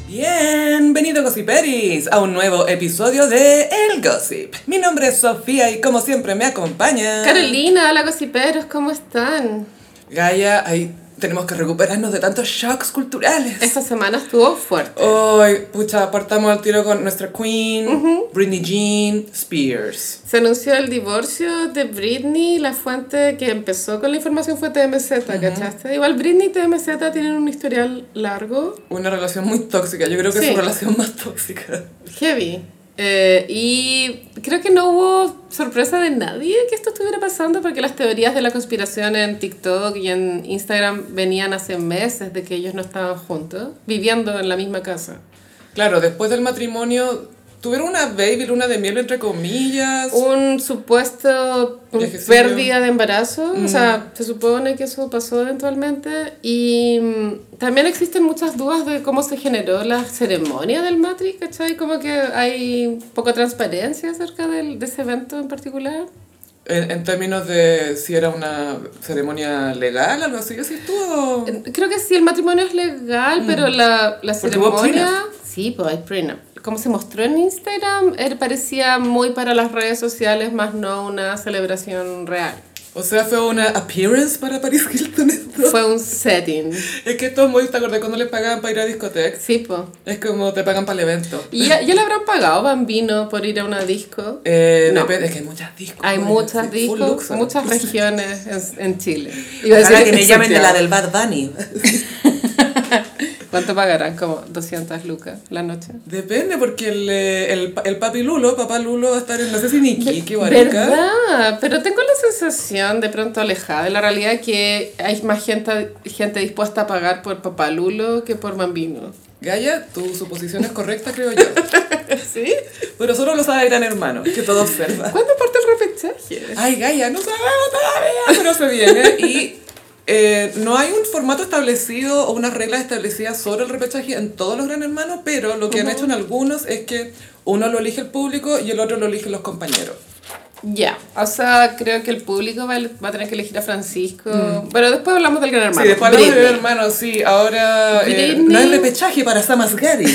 Bienvenido Gossiperis a un nuevo episodio de El Gossip. Mi nombre es Sofía y como siempre me acompaña... Carolina, hola Gossiperos, ¿cómo están? Gaia, ahí tenemos que recuperarnos de tantos shocks culturales. Esta semana estuvo fuerte. Hoy, pucha, partamos al tiro con nuestra queen, Britney Jean Spears. Se anunció el divorcio de Britney, la fuente que empezó con la información fue TMZ, ¿cachaste? Igual Britney y TMZ tienen un historial largo. Una relación muy tóxica, yo creo que es su relación más tóxica. Heavy. Y creo que no hubo sorpresa de nadie que esto estuviera pasando porque las teorías de la conspiración en TikTok y en Instagram venían hace meses de que ellos no estaban juntos, viviendo en la misma casa. Claro, después del matrimonio tuvieron una baby luna de miel entre comillas. Un supuesto pérdida de embarazo, o sea, se supone que eso pasó eventualmente y también existen muchas dudas de cómo se generó la ceremonia del matri, ¿cachai? Como que hay poca transparencia acerca de ese evento en particular. En términos de si era una ceremonia legal, algo así, ¿sí estuvo? Creo que sí, el matrimonio es legal, pero la ceremonia... Sí, pues hay prenup. Como se mostró en Instagram, parecía muy para las redes sociales, más no una celebración real. O sea, fue una appearance para Paris Hilton esto. Fue un setting. Es que esto es muy, ¿te acordás cuando les pagaban para ir a discoteca? Sí, pues. Es como te pagan para el evento. ¿Y ya le habrán pagado Bambino por ir a una disco? No. Depende, es que hay muchas discos. Hay muchas discos, muchas regiones en Chile. Ojalá que me llamen de la del Bad Bunny. ¿Cuánto pagarán? Como 200 lucas la noche. Depende, porque el papi Lulo, papá Lulo va a estar en, no sé si ni Kiki o Arica. ¿Verdad? Pero tengo la sensación de pronto alejada de la realidad que hay más gente dispuesta a pagar por papá Lulo que por Bambino. Gaia, tu suposición es correcta, creo yo. ¿Sí? Pero solo lo sabe Gran Hermano, que todo observa. ¿Cuándo parte el repechaje? Ay, Gaia, no sabemos todavía, pero se viene. Y no hay un formato establecido o unas reglas establecidas sobre el repechaje en todos los Gran Hermanos, pero lo que han hecho en algunos es que uno lo elige el público y el otro lo eligen los compañeros. Ya, o sea, creo que el público va a tener que elegir a Francisco. Pero después hablamos del Gran Hermano. Sí, después hablamos del Gran Hermano, sí. Ahora no hay repechaje para Samasgari.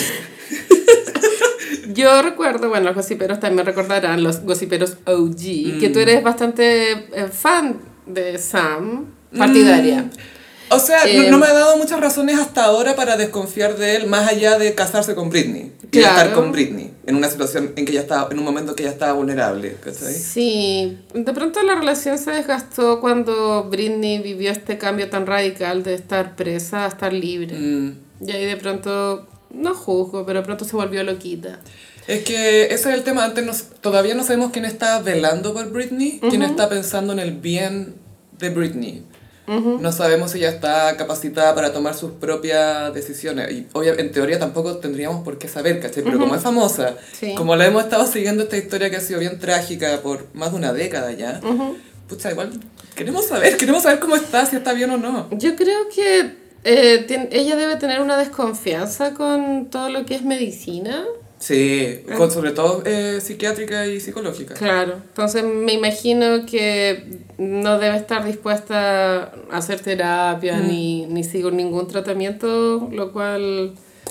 Yo recuerdo, bueno, los gossiperos también recordarán, los gossiperos OG, que tú eres bastante fan de Sam, partidaria. O sea, no me ha dado muchas razones hasta ahora para desconfiar de él, más allá de casarse con Britney. Y estar con Britney, en una situación en que ella estaba, en un momento que ella estaba vulnerable, ¿cachai? Sí, de pronto la relación se desgastó cuando Britney vivió este cambio tan radical de estar presa a estar libre. Y ahí de pronto, no juzgo, pero de pronto se volvió loquita. Es que ese es el tema, todavía no sabemos quién está velando por Britney, quién está pensando en el bien de Britney. No sabemos si ella está capacitada para tomar sus propias decisiones. Y en teoría tampoco tendríamos por qué saber, ¿cachai? Pero como es famosa, como la hemos estado siguiendo esta historia que ha sido bien trágica por más de una década ya, pucha, igual queremos saber cómo está, si está bien o no. Yo creo que ella debe tener una desconfianza con todo lo que es medicina. Sí, sobre todo psiquiátrica y psicológica. Claro, entonces me imagino que no debe estar dispuesta a hacer terapia ni seguir ningún tratamiento, lo cual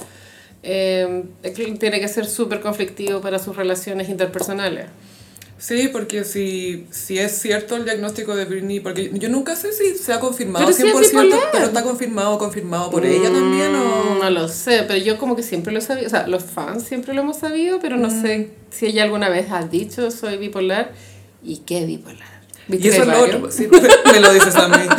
tiene que ser súper conflictivo para sus relaciones interpersonales. Sí, porque si es cierto el diagnóstico de Britney, porque yo nunca sé si se ha confirmado pero 100%, pero está confirmado por ella también, ¿o? No lo sé, pero yo como que siempre lo he sabido, o sea, los fans siempre lo hemos sabido, pero no sé si ella alguna vez ha dicho soy bipolar, ¿y qué bipolar? Y eso es lo otro, sí, me lo dices a mí.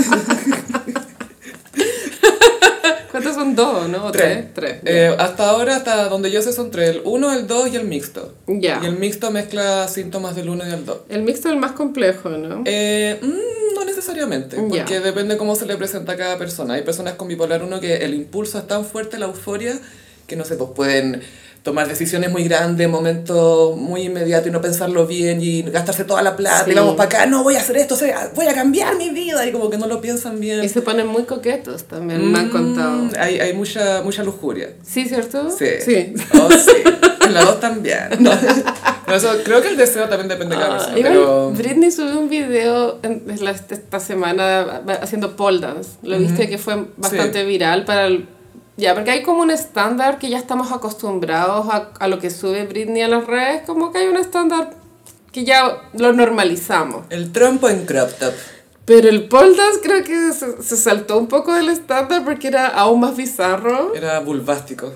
¿Cuántos son? ¿2, no? ¿O tres? Hasta ahora, hasta donde yo sé, son 3. El 1, el 2 y el mixto. Ya. Y el mixto mezcla síntomas del 1 y del 2. El mixto es el más complejo, ¿no? No necesariamente, porque depende cómo se le presenta a cada persona. Hay personas con bipolar 1 que el impulso es tan fuerte, la euforia, que no sé, pues pueden tomar decisiones muy grandes, momentos muy inmediatos y no pensarlo bien y gastarse toda la plata y vamos para acá, no voy a hacer esto, voy a cambiar mi vida y como que no lo piensan bien. Y se ponen muy coquetos también, me han contado. Hay mucha lujuria. ¿Sí, cierto? Sí. Oh, sí. En la 2 también. No, eso, creo que el deseo también depende de cada persona. Pero Britney subió un video esta semana haciendo pole dance. ¿Lo viste? Que fue bastante viral para Ya, porque hay como un estándar que ya estamos acostumbrados a lo que sube Britney a las redes, como que hay un estándar que ya lo normalizamos. El trompo en crop top. Pero el pole dance creo que se saltó un poco del estándar porque era aún más bizarro. Era vulvástico.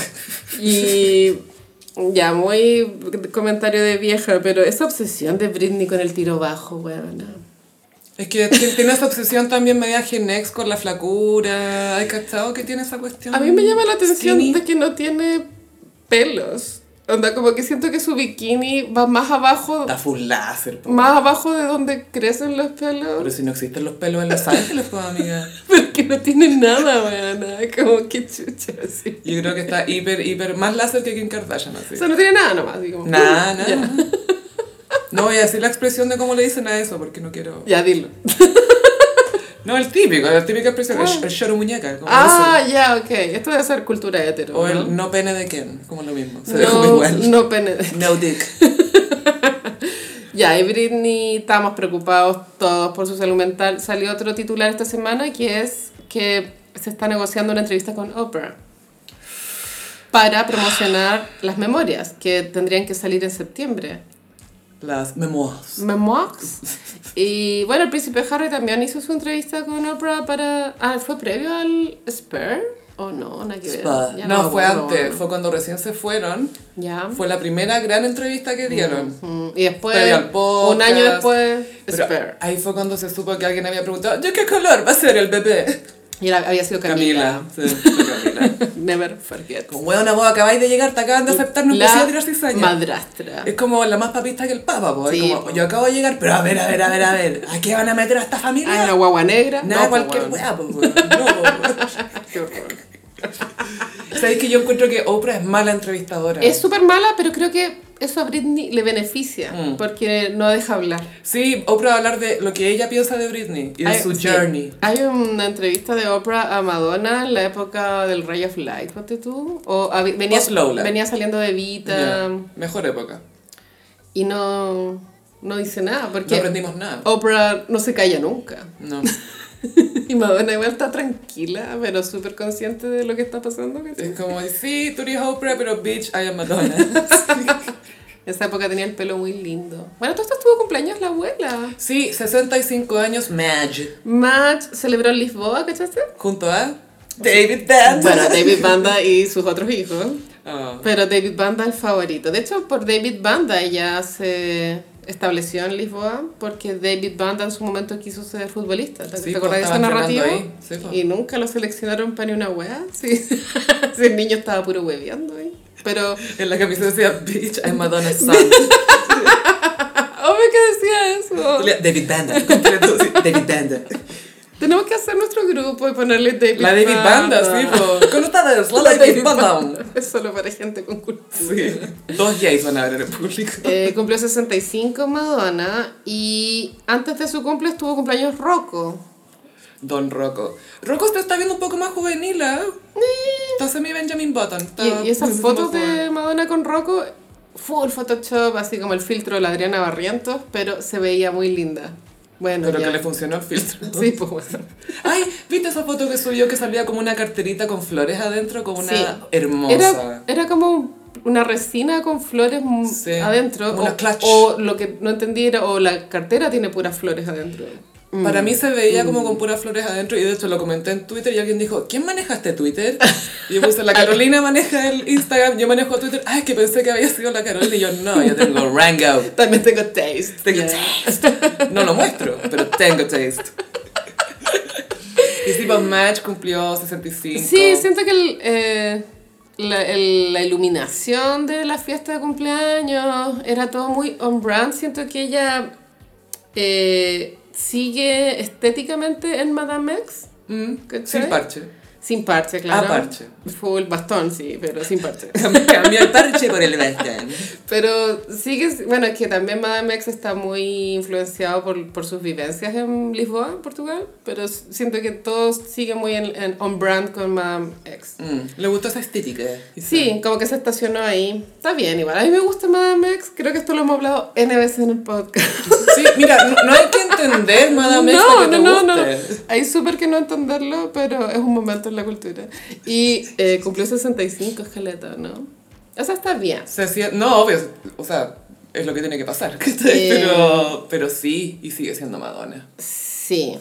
Y ya, muy comentario de vieja, pero esa obsesión de Britney con el tiro bajo, weona. Es que tiene esa obsesión también media Gen X con la flacura. ¿Hay cachado que tiene esa cuestión? A mí me llama la atención skinny? de que no tiene pelos. Onda, como que siento que su bikini va más abajo. Está full láser, po. Más abajo de donde crecen los pelos. Pero si no existen los pelos en Los Ángeles, pues, amiga. Pero que no tiene nada, weona. Como que chucha, así. Yo creo que está hiper, más láser que Kim Kardashian, así. O sea, no tiene nada nomás. Así como, Nada. Ya. No voy a decir la expresión de cómo le dicen a eso, porque no quiero... Ya, dilo. No, la típica expresión, el choro muñeca, como dicen. Ya, ok. Esto debe ser cultura hetero, O ¿no? el no pene de Ken, como lo mismo. Se ve como igual. No pene. No dick. Ya, y Britney, estábamos preocupados todos por su salud mental. Salió otro titular esta semana que es que se está negociando una entrevista con Oprah para promocionar las memorias que tendrían que salir en septiembre. Las memoirs. Memoirs. Y bueno, el príncipe Harry también hizo su entrevista con Oprah para... ¿fue previo al Spur? ¿O no? Nada que ver. Ya No, fue acuerdo. antes, fue cuando recién se fueron. Ya. Fue la primera gran entrevista que dieron. Y después, Previo al podcast. un año después, Pero Spur. ahí fue cuando se supo que alguien había preguntado, ¿de qué color va a ser el bebé? Y había sido Camila. Sí, fue Camila. Never forget. Como, weona, vos acabáis de llegar, te acaban de aceptar, no empecé a tirar cizaña. Madrastra. Es como la más papista que el papa, pues. Sí, Como, yo acabo de llegar, pero a ver, ¿a qué van a meter a esta familia? Hay una guagua negra. Nada, No, pues, cualquier bueno. weá, pues, weón. No, pues, Qué horror. ¿Sabéis que yo encuentro que Oprah es mala entrevistadora? Es súper mala, pero creo que eso a Britney le beneficia, Mm. porque no deja hablar. Sí, Oprah va a hablar de lo que ella piensa de Britney y de su Sí. journey. Hay una entrevista de Oprah a Madonna en la época del Ray of Light, ponte tú. O venía saliendo de Vita Ya, mejor época. y no dice nada, No porque aprendimos nada. Oprah no se calla nunca. No. Y Madonna igual está tranquila, pero súper consciente de lo que está pasando. ¿Cachai? Es como, sí, tú eres Oprah, pero bitch, I am Madonna. En esa época tenía el pelo muy lindo. Bueno, todo esto estuvo cumpleaños la abuela. Sí, 65 años, Madge. Madge celebró en Lisboa, ¿cachaste? Junto a David Banda. Bueno, David Banda y sus otros hijos. Ah. Pero David Banda el favorito. De hecho, por David Banda ella se estableció en Lisboa porque David Banda en su momento quiso ser futbolista. ¿Te Sí, acordás de esa estaban narrativa? entrenando ahí, sí, po. Y nunca lo seleccionaron para ni una wea. Sí. Sí, el niño estaba puro hueveando ahí. Pero, En la camisa decía, bitch, I'm Madonna's son. obvio que decía eso. David Banda, completo, sí, David Banda. Tenemos que hacer nuestro grupo y ponerle David La David Banda, sí, po. Con ustedes, la David Banda. Es solo para gente con cultura. Sí. 2 gays van a ver en el público. Cumplió 65 Madonna y antes de su cumple estuvo cumpleaños Rocco. Don Rocco. Rocco se está viendo un poco más juvenil, ¿eh? Está semi Benjamin Button. Y esas está fotos más joven. de Madonna con Rocco, full Photoshop, así como el filtro de la Adriana Barrientos, pero se veía muy linda. Bueno, Pero ya. que le funcionó el filtro. Sí, pues bueno. Ay, ¿viste esa foto que subió que salía como una carterita con flores adentro? Como una Sí. hermosa. Era como una resina con flores Sí, adentro. como una clutch. O lo que no entendí era, o la cartera tiene puras flores adentro. Para mí se veía como con puras flores adentro y de hecho lo comenté en Twitter y alguien dijo, ¿quién maneja este Twitter? Y yo puse, la Carolina maneja el Instagram, yo manejo Twitter. Ay, es que pensé que había sido la Carolina y yo no, yo tengo Rango. También tengo taste. Tengo Yeah. taste. No lo muestro, pero tengo taste. Y tipo, Match cumplió 65. Sí, siento que la iluminación de la fiesta de cumpleaños era todo muy on brand. Siento que ella sigue estéticamente en Madame X. ¿cachai? Sin parche. Sin parche, claro. Ah, parche. Full bastón, sí, pero sin parche. Cambió el parche por el bastón. Pero sigue, bueno, es que también Madame X está muy influenciado por sus vivencias en Lisboa, en Portugal, pero siento que todo sigue muy en on brand con Madame X. Le gustó esa estética. Sí, como que se estacionó ahí. Está bien, igual. A mí me gusta Madame X, creo que esto lo hemos hablado N veces en el podcast. Sí, mira, no hay que entender Madame X para que te guste. Hay súper que no entenderlo, pero es un momento en la cultura. Y cumplió 65, escaleta, ¿no? O sea, está bien. No, obvio, o sea, es lo que tiene que pasar. Pero sí, y sigue siendo Madonna. Sí.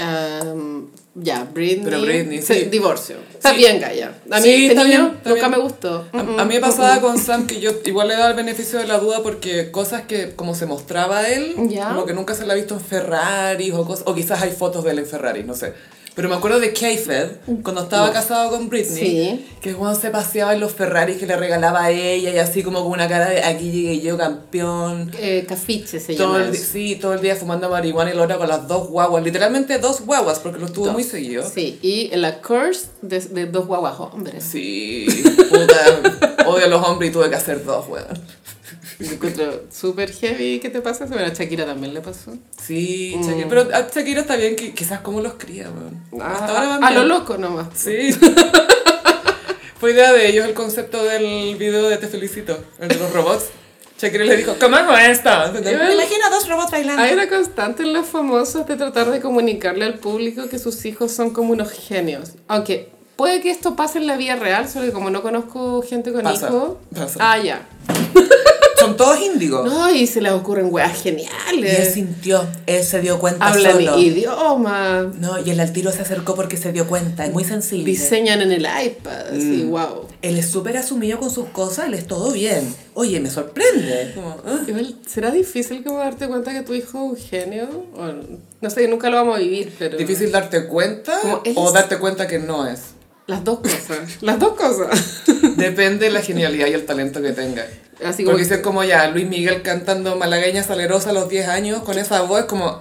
Ya, Britney. Pero Britney, sí. Divorcio. Está bien, Gaia. A mí Sí, está bien, nunca me gustó. A mí me pasaba con Sam que yo igual le daba el beneficio de la duda porque cosas que como se mostraba a él, Ya. como que nunca se la ha visto en Ferraris o quizás hay fotos de él en Ferrari, no sé. Pero me acuerdo de K-Fed, cuando estaba casado con Britney, Sí. que Juan se paseaba en los Ferraris que le regalaba a ella y así como con una cara de aquí llegué yo campeón. Cafiche se Todo llama el, eso. sí, todo el día fumando marihuana y la hora con las dos guaguas, literalmente dos guaguas porque los tuvo Dos. muy seguido. Sí, y la curse de dos guaguas hombres. Sí, puta, odio a los hombres y tuve que hacer dos, weón. Lo encuentro súper heavy. ¿Qué te pasa? Bueno, a Shakira también le pasó. Sí, Shakira, pero a Shakira está bien que quizás como los cría, weón. Hasta ahora van A lo bien. loco nomás. Sí. Fue idea de ellos el concepto del video de Te Felicito, el de los robots. Shakira le dijo, ¿cómo hago esto? Me imagino dos robots bailando. Hay una constante en los famosos de tratar de comunicarle al público que sus hijos son como unos genios. Aunque puede que esto pase en la vida real, solo que como no conozco gente con hijos... Pasa. Ah, ya. Son todos índigos. No, y se les ocurren weas Y él geniales. sintió, él se dio cuenta Hablan solo. idioma. No, y él al tiro se acercó porque se dio cuenta, es muy sensible. Diseñan en el iPad. Así, wow. Él es súper asumido con sus cosas, él es todo bien. Oye, me sorprende. Como, ¿ah? Igual, ¿será difícil como darte cuenta que tu hijo es un genio? O, no sé, nunca lo vamos a vivir, pero... ¿Difícil darte cuenta Como él o es- darte cuenta que no es? Las dos cosas. Las dos cosas. Depende de la genialidad y el talento que tenga. Así como... Porque si es como ya Luis Miguel cantando Malagueña Salerosa a los 10 años con esa voz, como,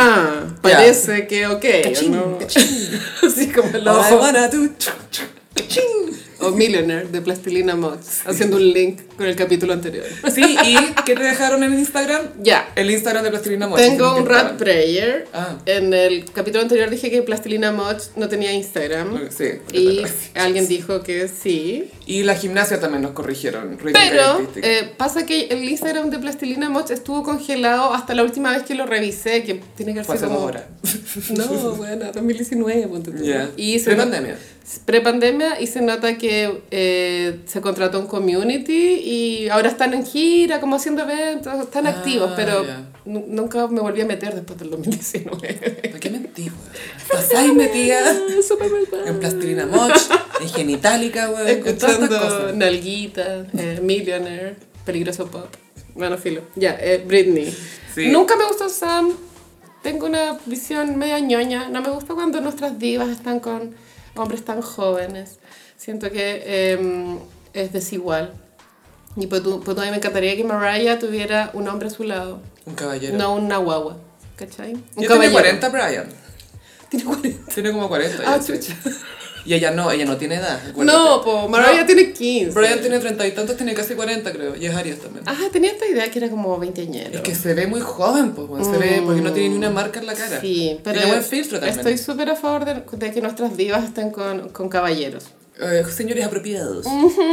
parece que ok. Cachín, ¿no? cachín. Así como el All I ojo. wanna do, cachín. O Millionaire de Plastilina Mox. Haciendo un link con el capítulo anterior. Sí, ¿y qué te dejaron en Instagram? Ya. El Instagram de Plastilina Moch. Tengo un rat rat prayer. Ah. En el capítulo anterior dije que Plastilina Moch no tenía Instagram. Sí. Y alguien dijo que sí. Y la gimnasia también nos corrigieron. Rítmica y Pero artística. pasa que el Instagram de Plastilina Moch estuvo congelado hasta la última vez que lo revisé, que tiene que Fue ser hace como... 2 horas. No, bueno, 2019, ponte tú. Ya. Y se Pre-pandemia. Prepandemia, y se nota que se contrató un community y ahora están en gira, como haciendo eventos, están activos, pero ya. nunca me volví a meter después del 2019. ¿Para qué mentí, weón? Pasáis metida Súper verdad. en Plastilina Moch, en Genitalica, weón. En todas estas Escuchando cosas. Nalguita, Millionaire, Peligroso Pop. Bueno, filo. Ya, Britney. Sí. Nunca me gustó Sam. Tengo una visión media ñoña. No me gusta cuando nuestras divas están con hombres tan jóvenes. Siento que es desigual. Y pues a mí me encantaría que Mariah tuviera un hombre a su lado. Un caballero. No una guagua. ¿Cachai? Un Ya tiene caballero. 40, Brian. Tiene 40. Tiene como 40. Ah, ya, sí. chucha. Y ella no tiene edad. acuérdate. No, po, Mariah No, tiene 15. Brian tiene 30 y tantos, tiene casi 40, creo. Y es Arias también. Ajá, tenía esta idea que era como 20añero. Es que se ve muy joven, pues, weón. Se ve porque no tiene ni una marca en la cara. Sí, pero Tiene buen filtro también. estoy súper a favor de que nuestras divas estén con caballeros. Señores apropiados.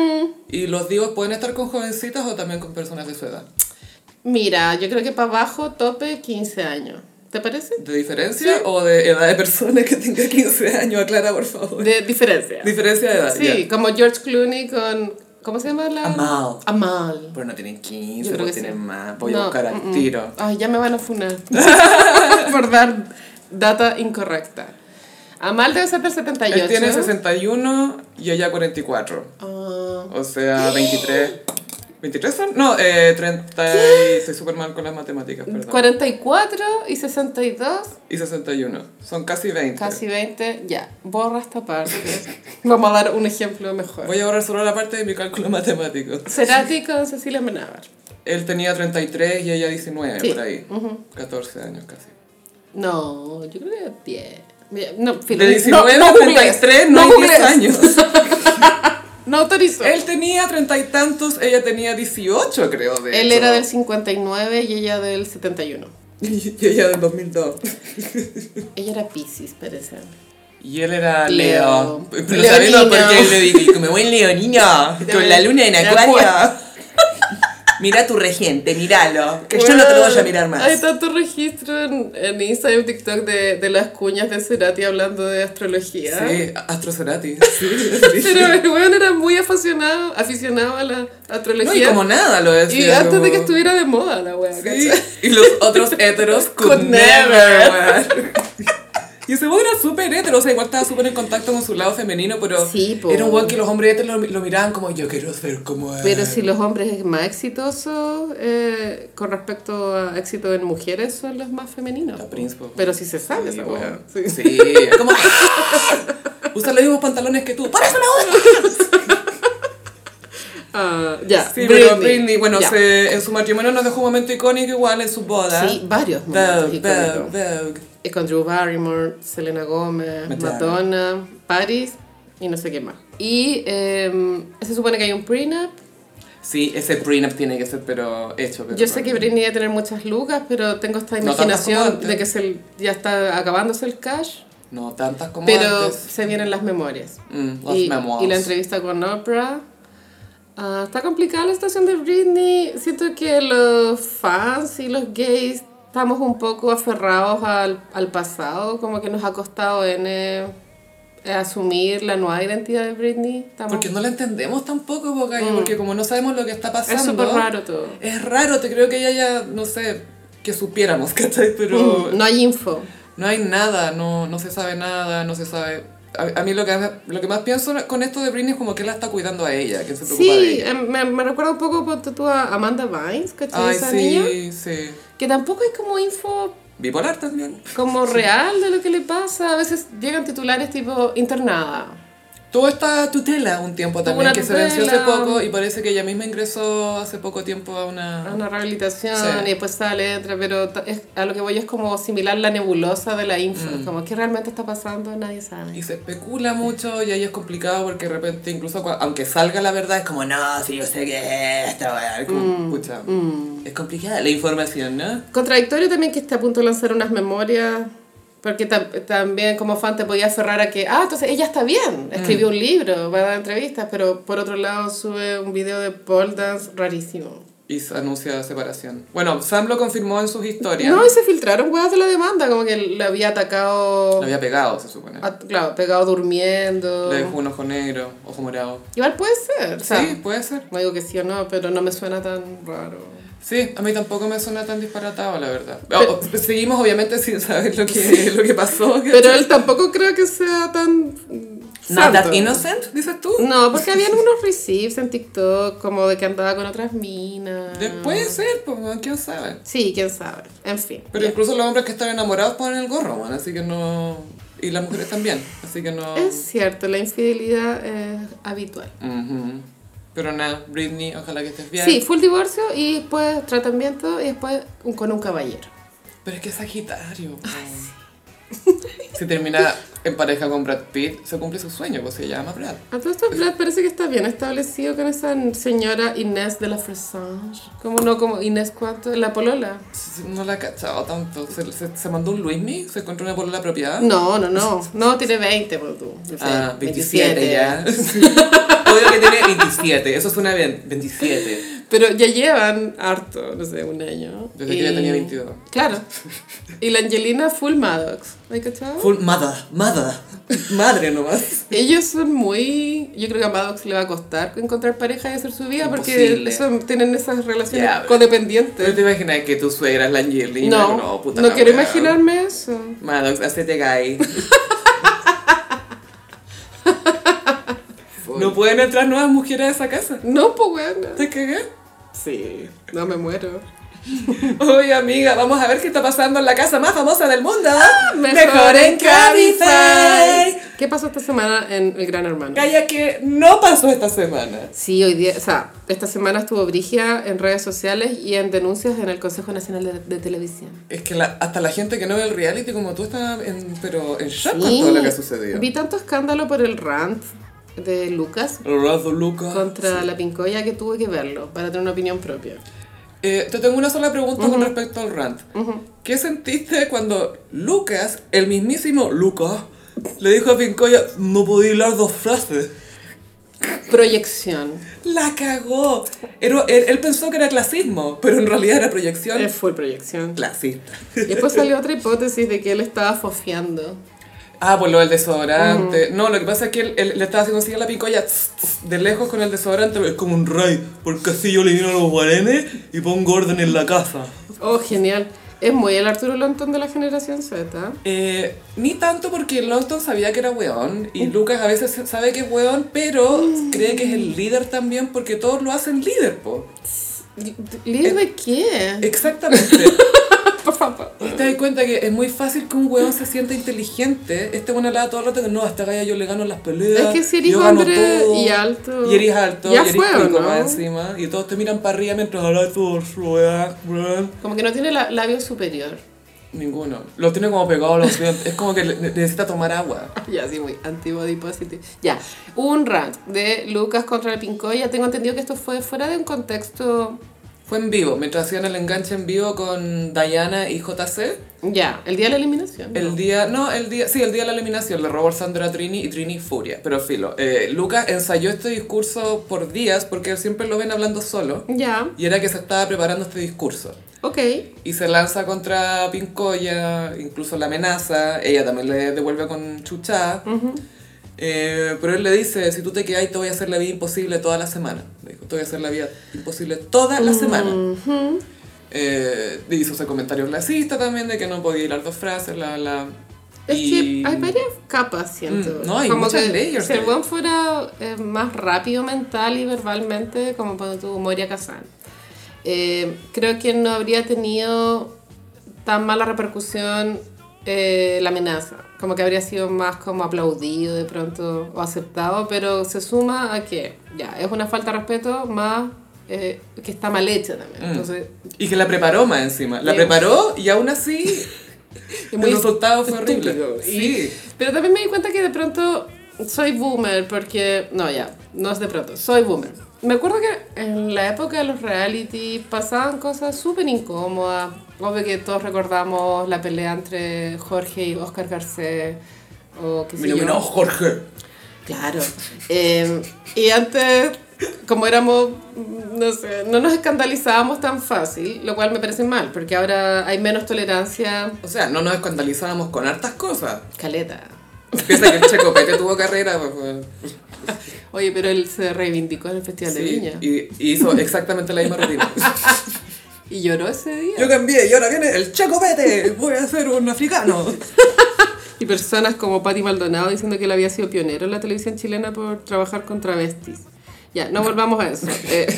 Y los divos pueden estar con jovencitas o también con personas de su edad. Mira, yo creo que para abajo tope 15 años. ¿Te parece? ¿De diferencia o de edad de persona que tenga 15 años? Aclara, por favor. De diferencia. Diferencia de edad. Sí, ya. como George Clooney con... ¿Cómo se llama la...? Amal. Amal. Pero no tienen 15, Yo creo no que tienen sí. más. Voy a No, buscar al tiro. Ay, ya me van a funar. Por dar data incorrecta. Amal debe ser del 78. Él tiene 61 y ella 44. Ah, O sea, 23. ¿23 son? No, 30. Estoy súper mal con las matemáticas, perdón. 44 y 62. Y 61. Son casi 20. Casi 20, ya, borra esta parte. Vamos a dar un ejemplo mejor. Voy a borrar solo la parte de mi cálculo matemático. Cerati con Cecilia Menábar. Él tenía 33 y ella 19, Sí. por ahí. 14 años casi. No, yo creo que 10. No, De 19 a 33 no hay 10 años. No autorizó. Él tenía 30 y tantos, ella tenía 18, creo, de Él hecho. era del 59 y ella del 71. Y ella del 2002. Ella era Piscis, parece. Y él era Leo. Leo. Pero sabiendo Leonino. por qué él le dije, como buen leonino, con la luna en De acuario. Mira tu regente, míralo. Que yo no te lo voy a mirar más. Hay tanto registro en Instagram y TikTok de las cuñas de Cerati hablando de astrología. Sí, Astro Cerati. Sí, pero el weón era muy aficionado a la astrología. No, y como nada lo decía. Y antes como... de que estuviera de moda la wea, sí. Y los otros héteros could never, weón. Y ese weón era súper hétero, o sea, igual estaba súper en contacto con su lado femenino, pero sí, era un weón que los hombres héteros lo miraban como, yo quiero ser como él. Pero si los hombres más exitosos con respecto a éxito en mujeres son los más femeninos. La príncipe. Pero si se sabe esa weá. Sí, como, usa los mismos pantalones que tú, ¡por eso me gusta! Ya, sí, Britney. pero Britney, bueno, en su matrimonio nos dejó un momento icónico igual en su boda. Sí, varios momentos icónicos. Vogue. Es con Drew Barrymore, Selena Gomez, Madonna, Paris y no sé qué más. Y se supone que hay un prenup. Sí, ese prenup tiene que ser pero hecho. Pero yo sé que Britney debe tener muchas lucas, pero tengo esta imaginación de que ya está acabándose el cash. No tantas como pero antes. Se vienen las memorias. Y la entrevista con Oprah. Está complicada la situación de Britney. Siento que los fans y los gays estamos un poco aferrados al pasado, como que nos ha costado asumir la nueva identidad de Britney. Porque no la entendemos tampoco, porque como no sabemos lo que está pasando. Es súper raro todo. Es raro, te creo que ella ya, no sé, que supiéramos, ¿cachai? Pero... no hay info. No hay nada, no se sabe nada, no se sabe... A mí lo que más pienso con esto de Britney es como que él la está cuidando a ella, que se preocupa de ella. Sí, me recuerda un poco tú a Amanda Bynes, ¿cachai? Esa niña. Sí. Que tampoco hay como info... Bipolar también. Como real de lo que le pasa. A veces llegan titulares tipo internada. Tuvo esta tutela un tiempo también, que se venció hace poco y parece que ella misma ingresó hace poco tiempo a una rehabilitación y sí. después sale otra, pero a lo que voy es como similar la nebulosa de la info, como ¿qué realmente está pasando? Nadie sabe. Y se especula mucho y ahí es complicado porque de repente incluso aunque salga la verdad es como, no, si yo sé que es esto, pucha, es complicada la información, ¿no? Contradictorio también que esté a punto de lanzar unas memorias. Porque también como fan te podía aferrar a que, entonces ella está bien, escribió un libro, va a dar entrevistas, pero por otro lado sube un video de pole dance rarísimo. Y se anuncia separación. Bueno, Sam lo confirmó en sus historias. No, y se filtraron huevas de la demanda, como que le había atacado... Le había pegado, se supone. Claro, pegado durmiendo. Le dejó un ojo negro, ojo morado. Igual puede ser. O sea, sí, puede ser. No digo que sí o no, pero no me suena tan raro. Sí, a mí tampoco me suena tan disparatado, la verdad. Seguimos obviamente sin saber lo que pasó. Pero él tampoco creo que sea tan... Not that innocent, dices tú. No, porque habían unos receipts en TikTok como de que andaba con otras minas. Puede ser, pues, quién sabe. Sí, quién sabe. En fin. Pero incluso los hombres que están enamorados ponen el gorro, man, así que no... Y las mujeres también, así que no... Es cierto, la infidelidad es habitual. Pero nada, Britney, ojalá que estés bien. Sí, full divorcio y después tratamiento y después con un caballero. Pero es que es Sagitario. Si termina en pareja con Brad Pitt, se cumple su sueño, pues se llama Brad. A todo esto Brad parece que está bien establecido con esa señora Inés de la Fressange. Como Inés cuánto? La polola. No la ha cachado tanto. ¿Se mandó un Luismi? ¿Se encontró una polola apropiada? No, tiene 20 por tú. 27 ya. Obvio que tiene 27, eso suena bien, 27. Pero ya llevan harto, no sé, un año. Desde que ella tenía 22. Claro. Y la Angelina full Maddox, ¿me has cachado? Full madre nomás. Ellos son muy... Yo creo que a Maddox le va a costar encontrar pareja y hacer su vida porque tienen esas relaciones codependientes. ¿Pero te imaginas que tu suegra es la Angelina? No quiero imaginarme eso. Maddox, hacete gay. ¿No pueden entrar nuevas mujeres a esa casa? No, pues bueno. ¿Te cagué? Sí, no me muero. Oye, amiga, vamos a ver qué está pasando en la casa más famosa del mundo. Mejor en Cabify. ¿Qué pasó esta semana en El Gran Hermano? Calla que no pasó esta semana. Sí, hoy día, esta semana estuvo brígida en redes sociales y en denuncias en el Consejo Nacional de Televisión. Es que hasta la gente que no ve el reality como tú está en shock con todo lo que ha sucedido. Vi tanto escándalo por el rant de Lucas contra la Pincoya que tuve que verlo para tener una opinión propia. Te tengo una sola pregunta con respecto al rant. ¿Qué sentiste cuando Lucas, el mismísimo Lucas, le dijo a Pincoya, no podía hilar dos frases? Proyección. La cagó. Él pensó que era clasismo, pero en realidad era proyección. Fue proyección. Clasista. Y después salió otra hipótesis de que él estaba fofeando. Ah, por lo del desodorante. No, lo que pasa es que él le estaba haciendo así a la pincoya de lejos con el desodorante. Es como un rey, porque así yo le vino a los guarenes y pongo orden en la casa. Oh, genial. Es muy el Arturo Longton de la generación Z. Ni tanto porque Longton sabía que era weón y Lucas a veces sabe que es weón, pero cree que es el líder también porque todos lo hacen líder, po. ¿Líder de qué? Exactamente. Por favor. Y te das cuenta que es muy fácil que un weón se sienta inteligente. Este weón hablaba todo el rato que no, a esta galla yo le gano las peleas. Es que si eres yo gano hombre todo, y alto. Y eres alto, ya y eres fue, pico ¿no? más encima. Y todos te miran para arriba mientras hablas todo su weón. Como que no tiene labio superior. Ninguno. Lo tiene como pegado a los dientes. Es como que necesita tomar agua. Ya, sí, muy antibody positive. Ya, un rant de Lucas contra el Pincoya. Tengo entendido que esto fue fuera de un contexto... Fue en vivo, mientras hacían el enganche en vivo con Diana y JC. Ya, el día de la eliminación. El día de la eliminación le robó el Sandro a Trini y Trini furia. Pero filo, Lucas ensayó este discurso por días porque siempre lo ven hablando solo. Ya. Y era que se estaba preparando este discurso. Ok. Y se lanza contra Pincoya, incluso la amenaza. Ella también le devuelve con chuchá. Pero él le dice, si tú te quedas te voy a hacer la vida imposible toda la semana. Le dijo, te voy a hacer la vida imposible toda la semana. Hizo ese comentario clasista también de que no podía hilar dos frases, Es que hay varias capas, siento. No, hay como muchas que layers. Si el buen fuera más rápido mental y verbalmente, como cuando tuvo Moria Kazan, creo que no habría tenido tan mala repercusión la amenaza. Como que habría sido más como aplaudido de pronto o aceptado, pero se suma a que ya es una falta de respeto más que está mal hecha también. Entonces, y que la preparó más encima. La preparó y aún así el resultado fue horrible. Sí. Pero también me di cuenta que de pronto soy boomer porque... No, ya, no es de pronto, soy boomer. Me acuerdo que en la época de los reality pasaban cosas súper incómodas. Obvio que todos recordamos la pelea entre Jorge y Oscar Garcés. O qué sé yo. No, Jorge. Claro. Y antes, como éramos, no sé, no nos escandalizábamos tan fácil, lo cual me parece mal, porque ahora hay menos tolerancia. O sea, no nos escandalizábamos con hartas cosas. Caleta. Piensa que el Checo Pete tuvo carrera. Pues. Oye, pero él se reivindicó en el Festival de Viña. Y hizo exactamente la misma rutina. Y lloró ese día. Yo cambié y ahora viene el Checo Pete. Voy a ser un africano. Y personas como Patti Maldonado diciendo que él había sido pionero en la televisión chilena por trabajar con travestis. Ya, no volvamos a eso.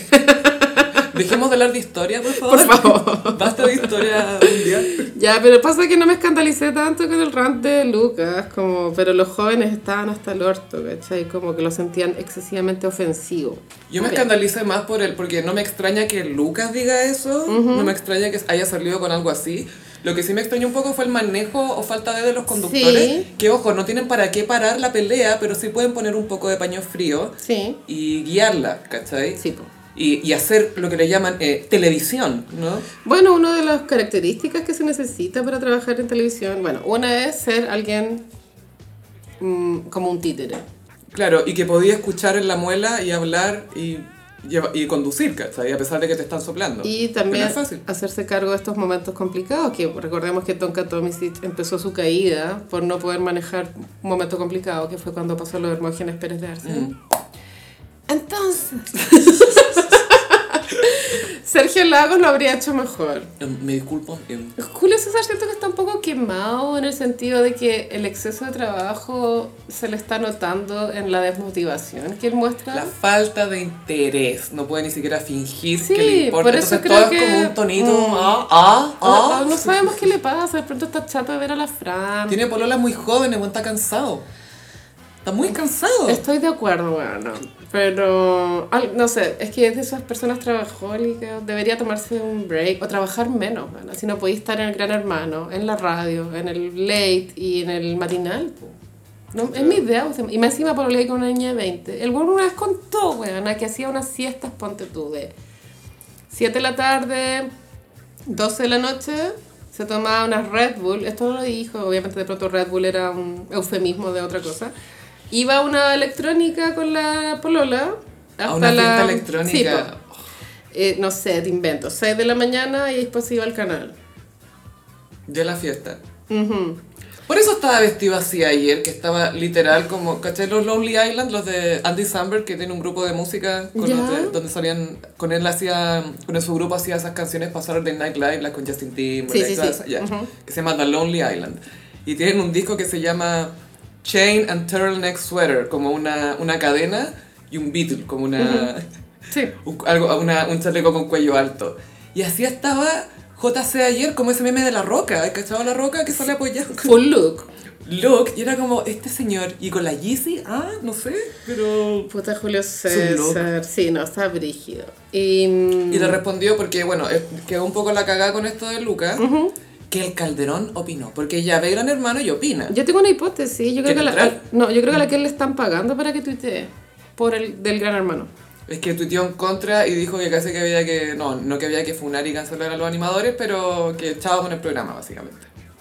Dejemos de hablar de historia, por favor. Por favor. Basta de historia mundial. Ya, pero pasa que no me escandalicé tanto con el rant de Lucas, pero los jóvenes estaban hasta el orto, ¿cachai? Como que lo sentían excesivamente ofensivo. Yo me escandalicé más porque no me extraña que Lucas diga eso, no me extraña que haya salido con algo así. Lo que sí me extrañó un poco fue el manejo o falta de los conductores, sí. Que ojo, no tienen para qué parar la pelea, pero sí pueden poner un poco de paño frío sí. Y guiarla, ¿cachai? Sí, po. Y hacer lo que le llaman televisión, ¿no? Bueno, una de las características que se necesita para trabajar en televisión, bueno, una es ser alguien como un títere. Claro, y que podía escuchar en la muela y hablar y conducir, ¿cachai? A pesar de que te están soplando. Y también no es fácil. hacerse cargo de estos momentos complicados, que recordemos que Tonka Tomisic empezó su caída por no poder manejar un momento complicado, que fue cuando pasó lo de Hermógenes Pérez de Arce. Entonces... Sergio Lagos lo habría hecho mejor. Me disculpo. Julio César siento que está un poco quemado en el sentido de que el exceso de trabajo se le está notando en la desmotivación que él muestra. La falta de interés. No puede ni siquiera fingir sí, que le importa. Por eso entonces creo todo que, es como un tonito. No sabemos qué le pasa. De pronto está chato de ver a la Fran. Tiene pololas muy jóvenes, está cansado. Está muy cansado. Estoy de acuerdo, bueno, pero no sé, es que es de esas personas trabajólicas, debería tomarse un break o trabajar menos, bueno, así no podéis estar en el Gran Hermano, en la radio, en el late y en el matinal. No, es mi idea, y más encima por con una niña de 20. El bueno una vez contó, weona, que hacía unas siestas, ponte tú, de 7 de la tarde, 12 de la noche, se tomaba unas Red Bull, esto no lo dijo, obviamente de pronto Red Bull era un eufemismo de otra cosa. iba a una electrónica con la polola. Hasta a una fiesta electrónica. Sí, no sé, te invento, 6 de la mañana y después se iba al canal. De la fiesta. Por eso estaba vestido así ayer, que estaba literal como, ¿cachai? Los Lonely Island, los de Andy Samberg, que tiene un grupo de música con donde salían, con él su grupo hacía esas canciones para Saturday Night Live, las con Justin Timberlake, que se llama The Lonely Island. Y tienen un disco que se llama Chain and Turtleneck Sweater, como una cadena y un beetle, como una... un chaleco con cuello alto. Y así estaba JC ayer, como ese meme de La Roca. ¿Has cachado La Roca que sale apoyado? Full look. Y era como, este señor, y con la Yeezy, no sé, pero... Puta Julio César, sí, no, está brígido. Y le respondió, porque bueno, quedó un poco la cagada con esto de Lucas, que el Calderón opinó, porque ella ve Gran Hermano y opina. Yo tengo una hipótesis, yo creo que a la que le están pagando para que tuitee del Gran Hermano. Es que tuiteó en contra y dijo que casi que había que... No que había que funar y cancelar a los animadores, pero que chao con el programa, básicamente.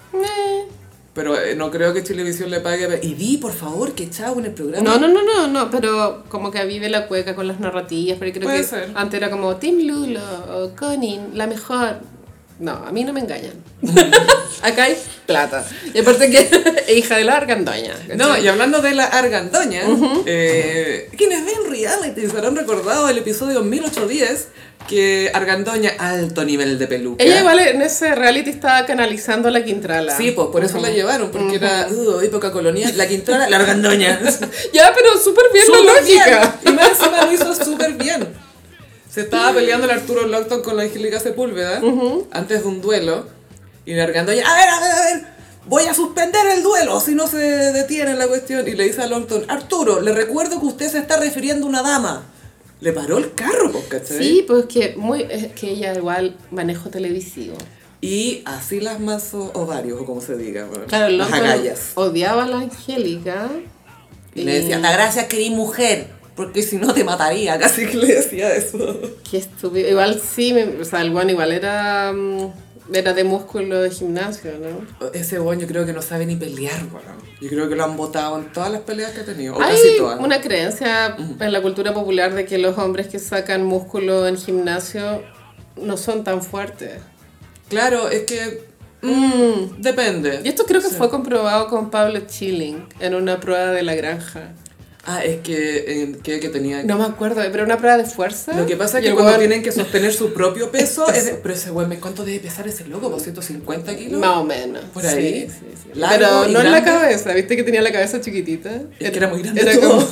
Pero no creo que Chilevisión le pague... Y di, por favor, que chao con el programa. No, pero como que avive la cueca con las narrativas, porque creo que antes era como Tim Lulo o Conin, la mejor... No, a mí no me engañan. Acá hay plata. Y aparte que es hija de la Argandoña. ¿Cachai? No, y hablando de la Argandoña, quienes ven reality se habrán recordado el episodio 1810 que Argandoña, alto nivel de peluca. Ella igual en ese reality estaba canalizando a la Quintrala. Sí, pues por eso la llevaron, porque era época colonial. La Quintrala, la Argandoña. Ya, pero súper bien la lógica. Y más encima lo hizo súper bien. Se estaba peleando el Arturo Longton con la Angélica Sepúlveda antes de un duelo. Y la Argandoña, a ver, voy a suspender el duelo si no se detiene la cuestión. Y le dice a Longton, Arturo, le recuerdo que usted se está refiriendo a una dama. Le paró el carro, ¿cachai? Sí, pues es que ella igual manejo televisivo. Y así las mazo ovarios, o como se diga. Bueno, claro, las agallas. Odiaba a la Angélica. Y le decía, la gracia que eres mujer, porque si no te mataría. Casi que le decía eso. Qué estúpido. Igual sí, o sea, el guan igual era de músculo de gimnasio, ¿no? Ese guan yo creo que no sabe ni pelear, bueno. Yo creo que lo han votado en todas las peleas que ha tenido, o hay casi todas. Una creencia en la cultura popular de que los hombres que sacan músculo en gimnasio no son tan fuertes. Claro, es que... depende. Y esto creo que fue comprobado con Pablo Schilling en una prueba de la granja. Es que tenía... No me acuerdo, pero una prueba de fuerza. Lo que pasa es que cuando tienen que sostener su propio peso... pero ese güey, ¿cuánto debe pesar ese loco? ¿Por 150 kilos? Más o menos. Por ahí. Sí. Pero no en la cabeza, ¿viste que tenía la cabeza chiquitita? Es que era muy grande era todo. Como...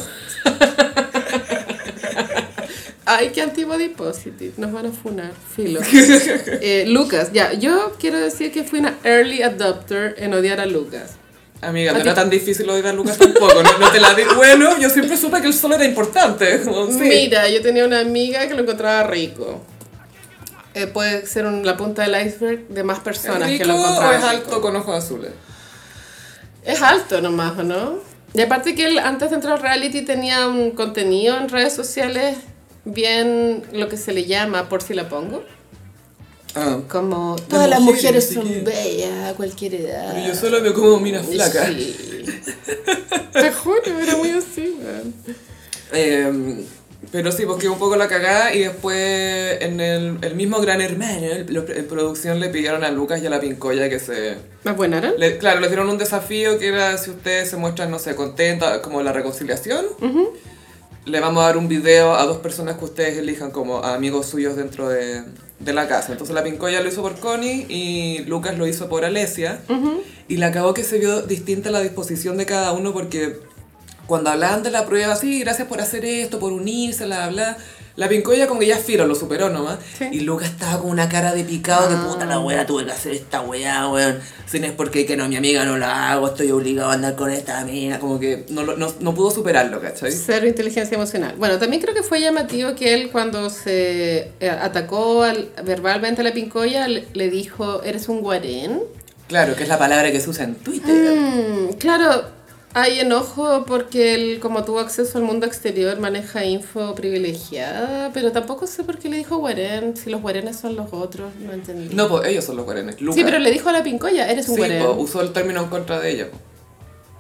Ay, qué antibody positive. Nos van a funar, filo. Lucas, yo quiero decir que fui una early adopter en odiar a Lucas. Amiga, no era tan difícil odiar a Lucas tampoco, no te la digo. Bueno, yo siempre supe que el sol era importante. Sí. Mira, yo tenía una amiga que lo encontraba rico. Puede ser la punta del iceberg de más personas que lo encontraban. ¿O es alto con ojos azules? Es alto nomás, ¿o no? Y aparte que él, antes de entrar al reality, tenía un contenido en redes sociales bien, lo que se le llama, por si la pongo. Como todas las mujeres son bellas a cualquier edad. Pero yo solo veo como minas flacas. Sí. Te juro, era muy así, man. Pero sí, porque un poco la cagada y después en el mismo Gran Hermano, en producción le pidieron a Lucas y a la Pincoya que se... ¿Más buena? Claro, le dieron un desafío que era si ustedes se muestran, no sé, contentas, como la reconciliación. Le vamos a dar un video a 2 personas que ustedes elijan como amigos suyos dentro de la casa. Entonces la Pincoya lo hizo por Connie y Lucas lo hizo por Alesia. Y la cagó que se vio distinta la disposición de cada uno porque cuando hablaban de la prueba, sí, gracias por hacer esto, por unirse, bla. La Pincoya como que ya filo, lo superó nomás. Sí. Y Lucas estaba con una cara de picado que puta la wea, tuve que hacer esta wea, weón. Si no es porque que no, mi amiga no la hago, estoy obligado a andar con esta mina. Como que no pudo superarlo, ¿cachai? Cero inteligencia emocional. Bueno, también creo que fue llamativo que él cuando se atacó verbalmente a la Pincoya le dijo, ¿eres un guarén? Claro, que es la palabra que se usa en Twitter. Claro. Hay enojo porque él, como tuvo acceso al mundo exterior, maneja info privilegiada, pero tampoco sé por qué le dijo guarén, si los guarenes son los otros, no entendí. No, pues ellos son los guarenes, Lucas. Sí, pero le dijo a la Pincoya, eres un guarén. Sí, pues usó el término en contra de ella.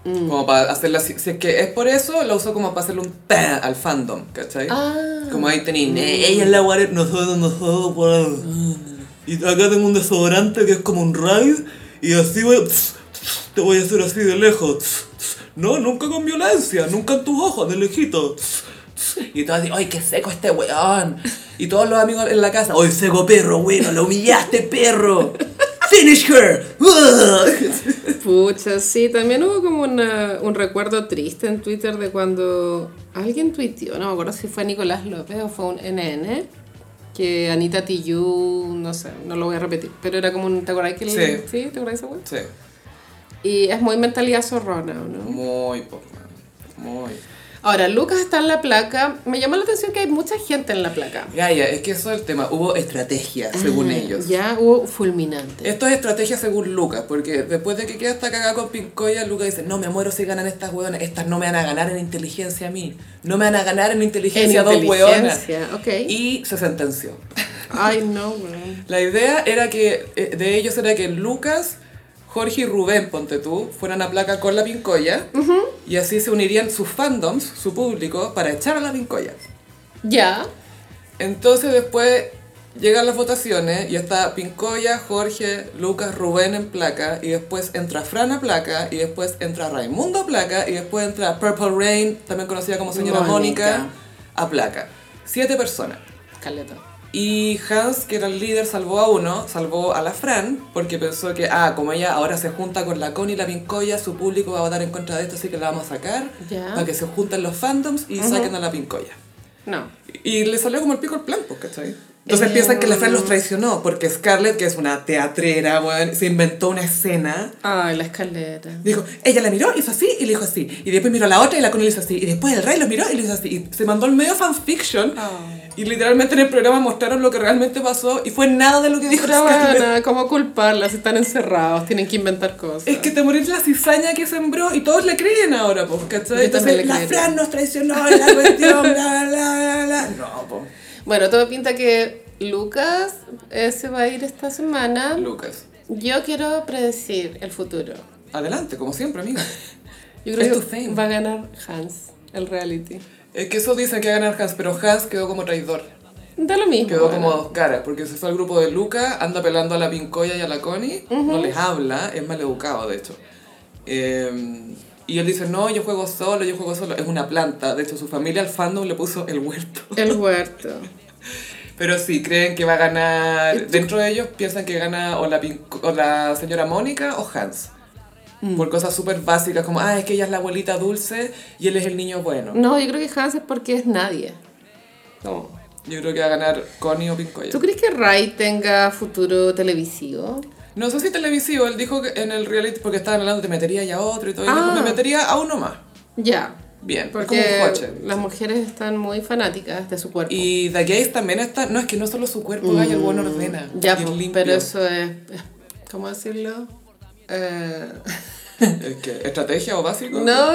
Como para hacerla, si es que es por eso, lo uso como para hacerle un ¡pah! Al fandom, ¿cachai? Como ahí tenéis, ella es la guardia, nosotros por ahí. Y acá tengo un desodorante que es como un raid, y así voy, te voy a hacer así de lejos. No, nunca con violencia, nunca en tus ojos, de lejitos. Y todos dicen, ¡ay, qué seco este weón! Y todos los amigos en la casa, ¡ay, seco perro, bueno, lo humillaste, perro! ¡Finish her! Pucha, sí, también hubo como un recuerdo triste en Twitter de cuando alguien tuiteó, no me acuerdo si fue Nicolás López o fue un NN, que Anita Tijoux, no sé, no lo voy a repetir, pero era como un, ¿te acordás que Sí. ¿Sí? ¿Te acordás de esa wea? Sí. Y es muy mentalidad zorrona, ¿no? Muy, muy. Ahora, Lucas está en la placa. Me llama la atención que hay mucha gente en la placa. Gaia, es que eso es el tema. Hubo estrategia, según ellos. Ya hubo fulminante. Esto es estrategia según Lucas, porque después de que queda esta cagada con Pincoya, Lucas dice, no, me muero si ganan estas hueonas. Estas no me van a ganar en inteligencia a mí. No me van a ganar en inteligencia a dos hueonas. Okay. Y se sentenció. Ay, no, güey. La idea era que, de ellos era que Lucas, Jorge y Rubén, ponte tú, fueran a placa con la Pincoya, y así se unirían sus fandoms, su público, para echar a la Pincoya. Ya. Entonces después llegan las votaciones y está Pincoya, Jorge, Lucas, Rubén en placa, y después entra Fran a placa, y después entra Raimundo a placa, y después entra Purple Rain, también conocida como señora Mónica, a placa. 7 personas. Caleta. Y Hans, que era el líder, salvó a uno, salvó a la Fran, porque pensó que, como ella ahora se junta con la Connie y la Pincoya, su público va a votar en contra de esto, así que la vamos a sacar, para que se junten los fandoms y saquen a la Pincoya. No. Y le salió como el pico el plan, pues, ¿cachai? Entonces piensan que la Fran los traicionó, porque Scarlett, que es una teatrera, bueno, se inventó una escena. Ay, la escalera. Dijo, ella la miró, hizo así y le dijo así. Y después miró a la otra y la Connie le hizo así. Y después el rey lo miró y le hizo así. Y se mandó el medio fanfiction. Y literalmente en el programa mostraron lo que realmente pasó y fue nada de lo que dijo Scarlett. Bueno, ¿cómo culparlas? Están encerrados, tienen que inventar cosas. Es que te morís la cizaña que sembró y todos le creen ahora, pues, ¿cachai? Entonces, la Fran nos traicionó, la cuestión, bla, bla, bla, bla. No, pues. Bueno, todo pinta que Lucas se va a ir esta semana. Lucas. Yo quiero predecir el futuro. Adelante, como siempre, amiga. Yo creo que va a ganar Hans, el reality. Es que eso dicen que va a ganar Hans, pero Hans quedó como traidor. Da lo mismo. Quedó como dos caras, porque se fue al grupo de Lucas, anda pelando a la Pincoya y a la Connie, no les habla, es maleducado de hecho. Y él dice, no, yo juego solo, es una planta. De hecho, su familia al fandom le puso el huerto. El huerto. Pero sí, creen que va a ganar, dentro de ellos piensan que gana o la señora Mónica o Hans. Por cosas súper básicas como, es que ella es la abuelita dulce y él es el niño bueno. No, yo creo que Hans es porque es nadie. No. Yo creo que va a ganar Connie o Pincoya. ¿Tú crees que Ray tenga futuro televisivo? No sé si televisivo, él dijo que en el reality, porque estaban hablando, te metería ya a otro y todo, y dijo, me metería a uno más. Ya. Bien, porque es como un coche. Las mujeres están muy fanáticas de su cuerpo. Y The Gays también está, no, es que no solo su cuerpo, el bueno ordena. Ya, pero eso es, ¿cómo decirlo? ¿Es que estrategia o básico? No,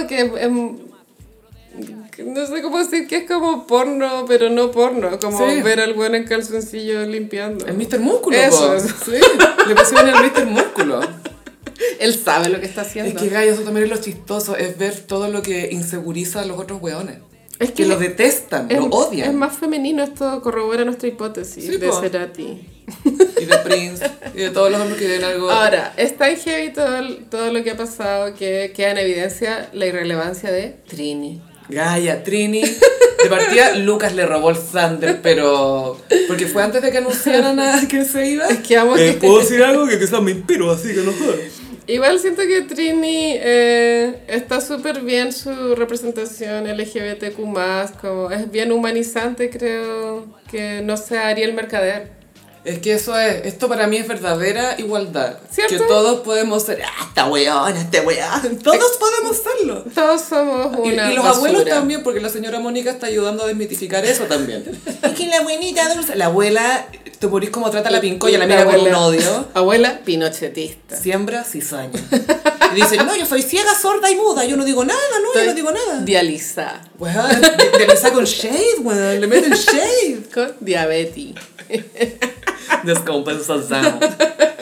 no sé cómo decir que es como porno, pero no porno. Como ver al bueno en calzoncillo limpiando. El Mr. Músculo. Eso. Sí, le pusieron el Mr. Músculo. Él sabe lo que está haciendo. Es que, Gaia, eso también es lo chistoso, es ver todo lo que inseguriza a los otros weones. Es que lo detestan, lo odian. Es más femenino, esto corrobora nuestra hipótesis de Cerati. Y de Prince, y de todos los hombres que den algo. Ahora, es tan heavy todo lo que ha pasado que queda en evidencia la irrelevancia de Trini. Gaia, Trini. De partida, Lucas le robó el Thunder, pero... Porque fue antes de que anunciaran que se iba. Es que amo que... ¿Puedo decir algo? Que quizás me inspiro, así que no joder. Igual siento que Trini está súper bien su representación LGBTQ+, como es bien humanizante, creo, que no sea Ariel Mercader. Es que eso es, esto para mí es verdadera igualdad. ¿Cierto? Que todos podemos ser, esta weón, este weón. Todos podemos serlo. Todos somos una Y los basura. abuelos también, porque la señora Mónica está ayudando a desmitificar eso también. Es que la abuelita dulce, la abuela, te morís como trata a la Pincoya, la mira con un odio. Abuela pinochetista. Siembra cizaña. Y dice, no, yo soy ciega, sorda y muda, yo no digo nada, yo no digo nada. Dializa. Weón, dializa con shade, weón, le meten shade. Con diabetes. Descompensación.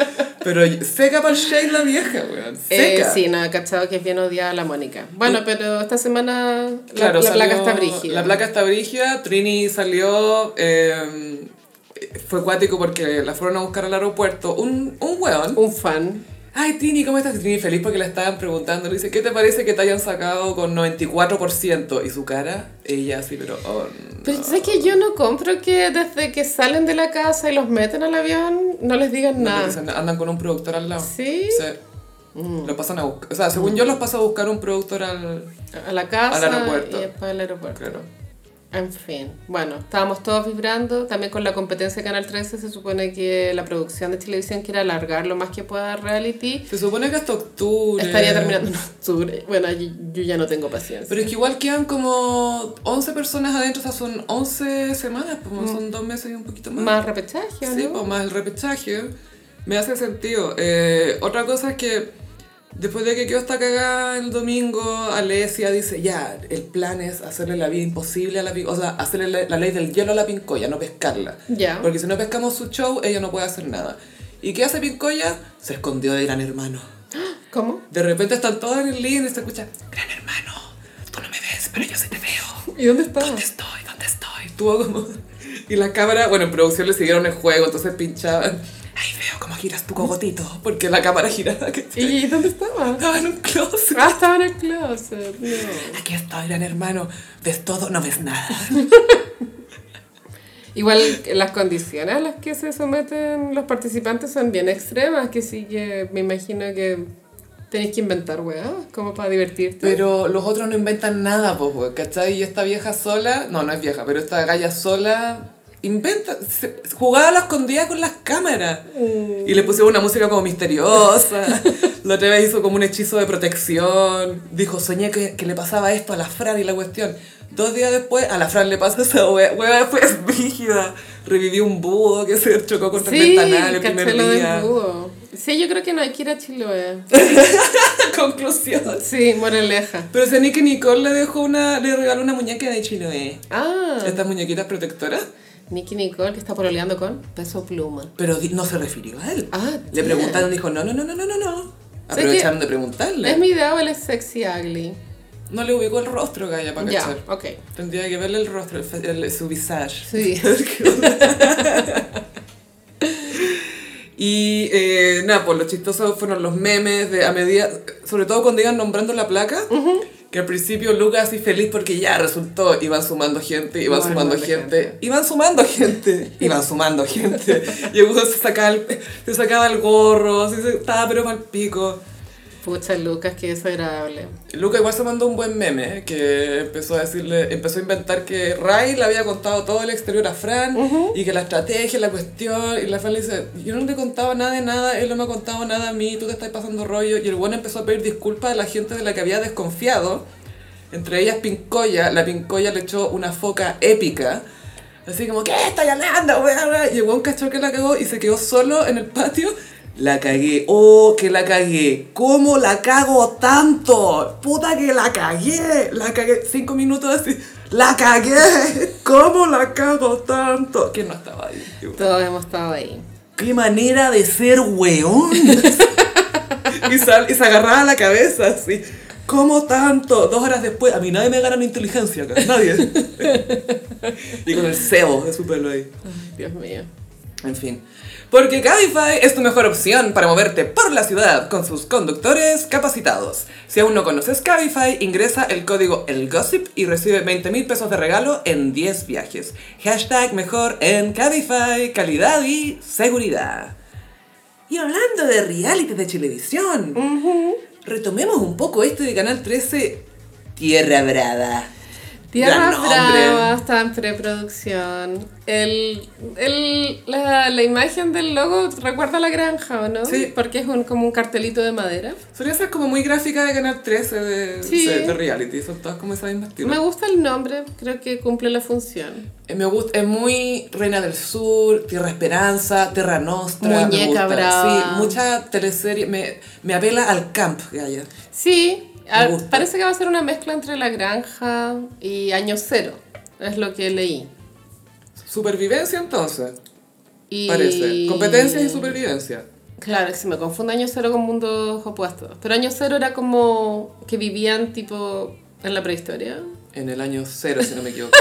Pero seca para el shade la vieja, weón. Seca. Sí, nada, cachado que es bien odiada la Mónica. Bueno, pero esta semana la placa está brígida. La placa está brígida. Trini salió... fue cuático porque la fueron a buscar al aeropuerto. Un weón. Un fan. Ay, Trini, ¿cómo estás? Trini feliz porque le estaban preguntando. Le dice, ¿qué te parece que te hayan sacado con 94%? Y su cara, ella así, pero... Oh, no. Pero ¿sabes que yo no compro que desde que salen de la casa y los meten al avión no les digan No, nada? dicen, andan con un productor al lado. ¿Sí? Sí. Lo pasan a buscar. O sea, según yo los paso a buscar un productor a la casa al aeropuerto. y después al aeropuerto. Claro. En fin, bueno, estábamos todos vibrando. También con la competencia de Canal 13 se supone que la producción de televisión quiere alargar lo más que pueda reality. Se supone que hasta octubre. Estaría terminando en octubre. Bueno, yo ya no tengo paciencia. Pero es que igual quedan como 11 personas adentro, o sea, son 11 semanas, pues son 2 meses y un poquito más. Más repechaje, ¿no? Sí, pues más el repechaje. Me hace sentido. Otra cosa es que después de que quedó esta cagada el domingo, Alesia dice, ya, el plan es hacerle la vida imposible a la Pincoya, o sea, hacerle la ley del hielo a la Pincoya, no pescarla. Ya. Porque si no pescamos su show, ella no puede hacer nada. ¿Y qué hace Pincoya? Se escondió de Gran Hermano. ¿Cómo? De repente están todos en el living y se escucha, Gran Hermano, tú no me ves, pero yo sí te veo. ¿Y dónde está? ¿Dónde estoy? ¿Dónde estoy? Tuvo como... Y la cámara, bueno, en producción le siguieron el juego, entonces pinchaban. Ay, veo cómo giras tu cogotito, porque la cámara giraba. ¿Y dónde estaba? Estaba en un closet. Ah, estaba en el closet. No. Aquí estoy, Gran Hermano. ¿Ves todo? No ves nada. Igual las condiciones a las que se someten los participantes son bien extremas, que sí que me imagino que tenéis que inventar weas como para divertirte. Pero los otros no inventan nada, pues, ¿cachai? Y esta vieja sola, no es vieja, pero esta galla sola inventa, jugaba a la escondida con las cámaras. Y le pusieron una música como misteriosa. La otra vez hizo como un hechizo de protección. Dijo, soñé que le pasaba esto a la Fran y la cuestión. 2 días después, a la Fran le pasa esa wea fue brígida. Revivió un búho que se chocó contra el ventanal el primer día. Búho. Sí, yo creo que no hay que ir a Chiloé. Conclusión. Sí, moraleja. Pero si a Nicky Nicole le regaló una muñeca de Chiloé. Ah. Estas muñequitas protectoras. Nicky Nicole, que está pololeando con Peso Pluma. Pero no se refirió a él. Ah, le preguntaron, dijo, no. Aprovecharon de preguntarle. Es mi idea o él es sexy ugly. No le ubicó el rostro, Gaya, para cachar. Ya, ok. Tendría que verle el rostro, su visage. Sí. Y nada, pues lo chistoso fueron los memes de a medida, sobre todo cuando iban nombrando la placa, que al principio Lucas así feliz porque ya resultó, iban sumando gente. Y el se sacaba el gorro, así estaba pero mal pico. Pucha, Lucas, qué desagradable. Lucas igual se mandó un buen meme, que empezó a inventar que Ray le había contado todo el exterior a Fran, y que la estrategia, la cuestión, y la Fran le dice, yo no te contaba nada de nada, él no me ha contado nada a mí, tú te estás pasando rollo, y el bueno empezó a pedir disculpas a la gente de la que había desconfiado, entre ellas Pincoya. La Pincoya le echó una foca épica, así como, ¿qué estás hablando? Y el weón cachó que la cagó y se quedó solo en el patio. La cagué, que la cagué, ¿cómo la cago tanto? Puta que la cagué 5 minutos así, la cagué, ¿cómo la cago tanto? ¿Quién no estaba ahí? Todos hemos estado ahí. ¡Qué manera de ser weón! y se agarraba la cabeza así, ¿cómo tanto? 2 horas después, a mí nadie me gana en inteligencia acá, nadie. Y con el cebo de su pelo ahí. Ay, Dios mío. En fin. Porque Cabify es tu mejor opción para moverte por la ciudad con sus conductores capacitados. Si aún no conoces Cabify, ingresa el código ELGOSSIP y recibe 20.000 pesos de regalo en 10 viajes. #mejor en Cabify, calidad y seguridad. Y hablando de reality de televisión, retomemos un poco este de Canal 13, Tierra Brava. Tierra Brava está en preproducción. La imagen del logo recuerda a la granja, ¿o no? Sí. Porque es como un cartelito de madera. Solía ser como muy gráfica de Canal 13 de reality, son todas como esa misma estilo. Me gusta el nombre, creo que cumple la función. Me gusta, es muy Reina del Sur, Tierra Esperanza, Terra Nostra. Muñeca Brava. Sí, mucha teleserie, me apela al camp, Gaya. Sí. Parece que va a ser una mezcla entre La Granja y Año Cero, es lo que leí. Supervivencia entonces, parece. Competencias y supervivencia. Claro, es que se me confunde Año Cero con mundos opuestos. Pero Año Cero era como que vivían tipo en la prehistoria. En el año 0, si no me equivoco.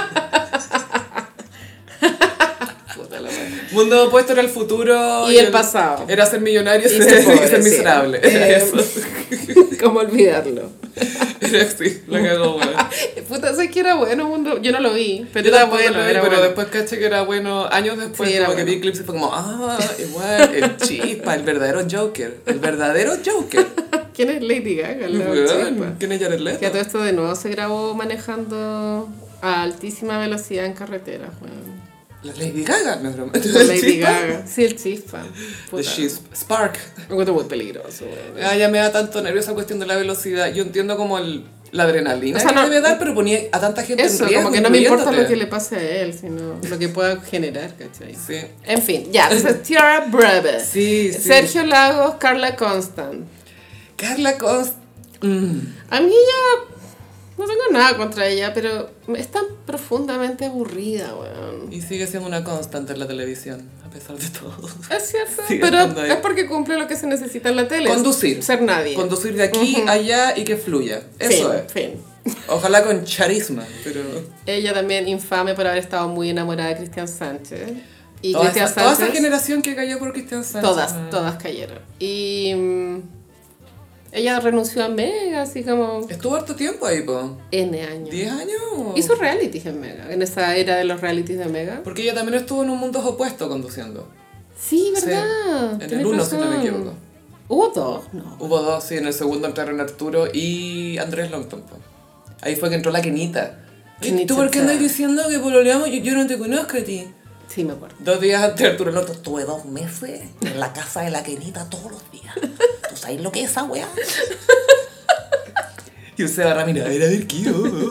Mundo opuesto era el futuro. Y el pasado. Era ser millonario y ser pobre, ser miserable. Eso. ¿Cómo olvidarlo? Sí, la cagó, bueno. Puta, sé que era bueno Mundo. Yo no lo vi, pero Yo era tampoco bueno. lo vi, Era pero bueno. después caché que era bueno. Años después, Sí, como era que vi bueno. clips y fue como, igual, el chispa, el verdadero Joker. El verdadero Joker. ¿Quién es Lady Gaga? La chica. ¿Quién es Jared Leto? Que a todo esto de nuevo se grabó manejando a altísima velocidad en carreteras, weón. La Lady Gaga, no es broma. La Lady Gaga. Sí, el chispa. The Spark. Me encuentro muy peligroso, weón. Ya me da tanto nervio esa cuestión de la velocidad. Yo entiendo como la adrenalina O sea, que no- debe dar, pero ponía a tanta gente Eso, en riesgo, como que no me importa lo incluyéndote. que le pase a él, sino lo que pueda generar, ¿cachai? Sí. En fin, ya, entonces Tiara Breve. Sí, sí. Sergio Lagos, Carla Constant. Carla Cost. A mí ella, no tengo nada contra ella, pero es tan profundamente aburrida, weón. Y sigue siendo una constante en la televisión, a pesar de todo. Es cierto, Sigue pero estando ahí. es porque cumple lo que se necesita en la tele. Conducir. Ser nadie. Conducir de aquí allá y que fluya. Eso es. Fin. Ojalá con charisma, pero... Ella también infame por haber estado muy enamorada de Cristian Sánchez. Y Toda Cristian esa Sánchez... generación que cayó por Cristian Sánchez. Todas cayeron. Y ella renunció a Mega, así como Estuvo harto tiempo ahí, po. N años. 10 años. Hizo realities en Mega, en esa era de los realities de Mega. Porque ella también estuvo en un mundo opuesto conduciendo. Sí, Sí, ¿verdad? en el Tienes 1, si no me razón. equivoco. ¿Hubo dos? No. Hubo 2, sí, en el segundo entraron Arturo y Andrés Longton, po. Ahí fue que entró la Kenita. Kenita, ¿Tú por qué claro. andas diciendo que pololeamos? Yo no te conozco a ti. Sí, me acuerdo. 2 días antes Arturo Longton, tuve 2 meses en la casa de la Kenita todos los días. ¿Tú sabes lo que es esa weá? Y usted va a mirar, a ver, ¿qué?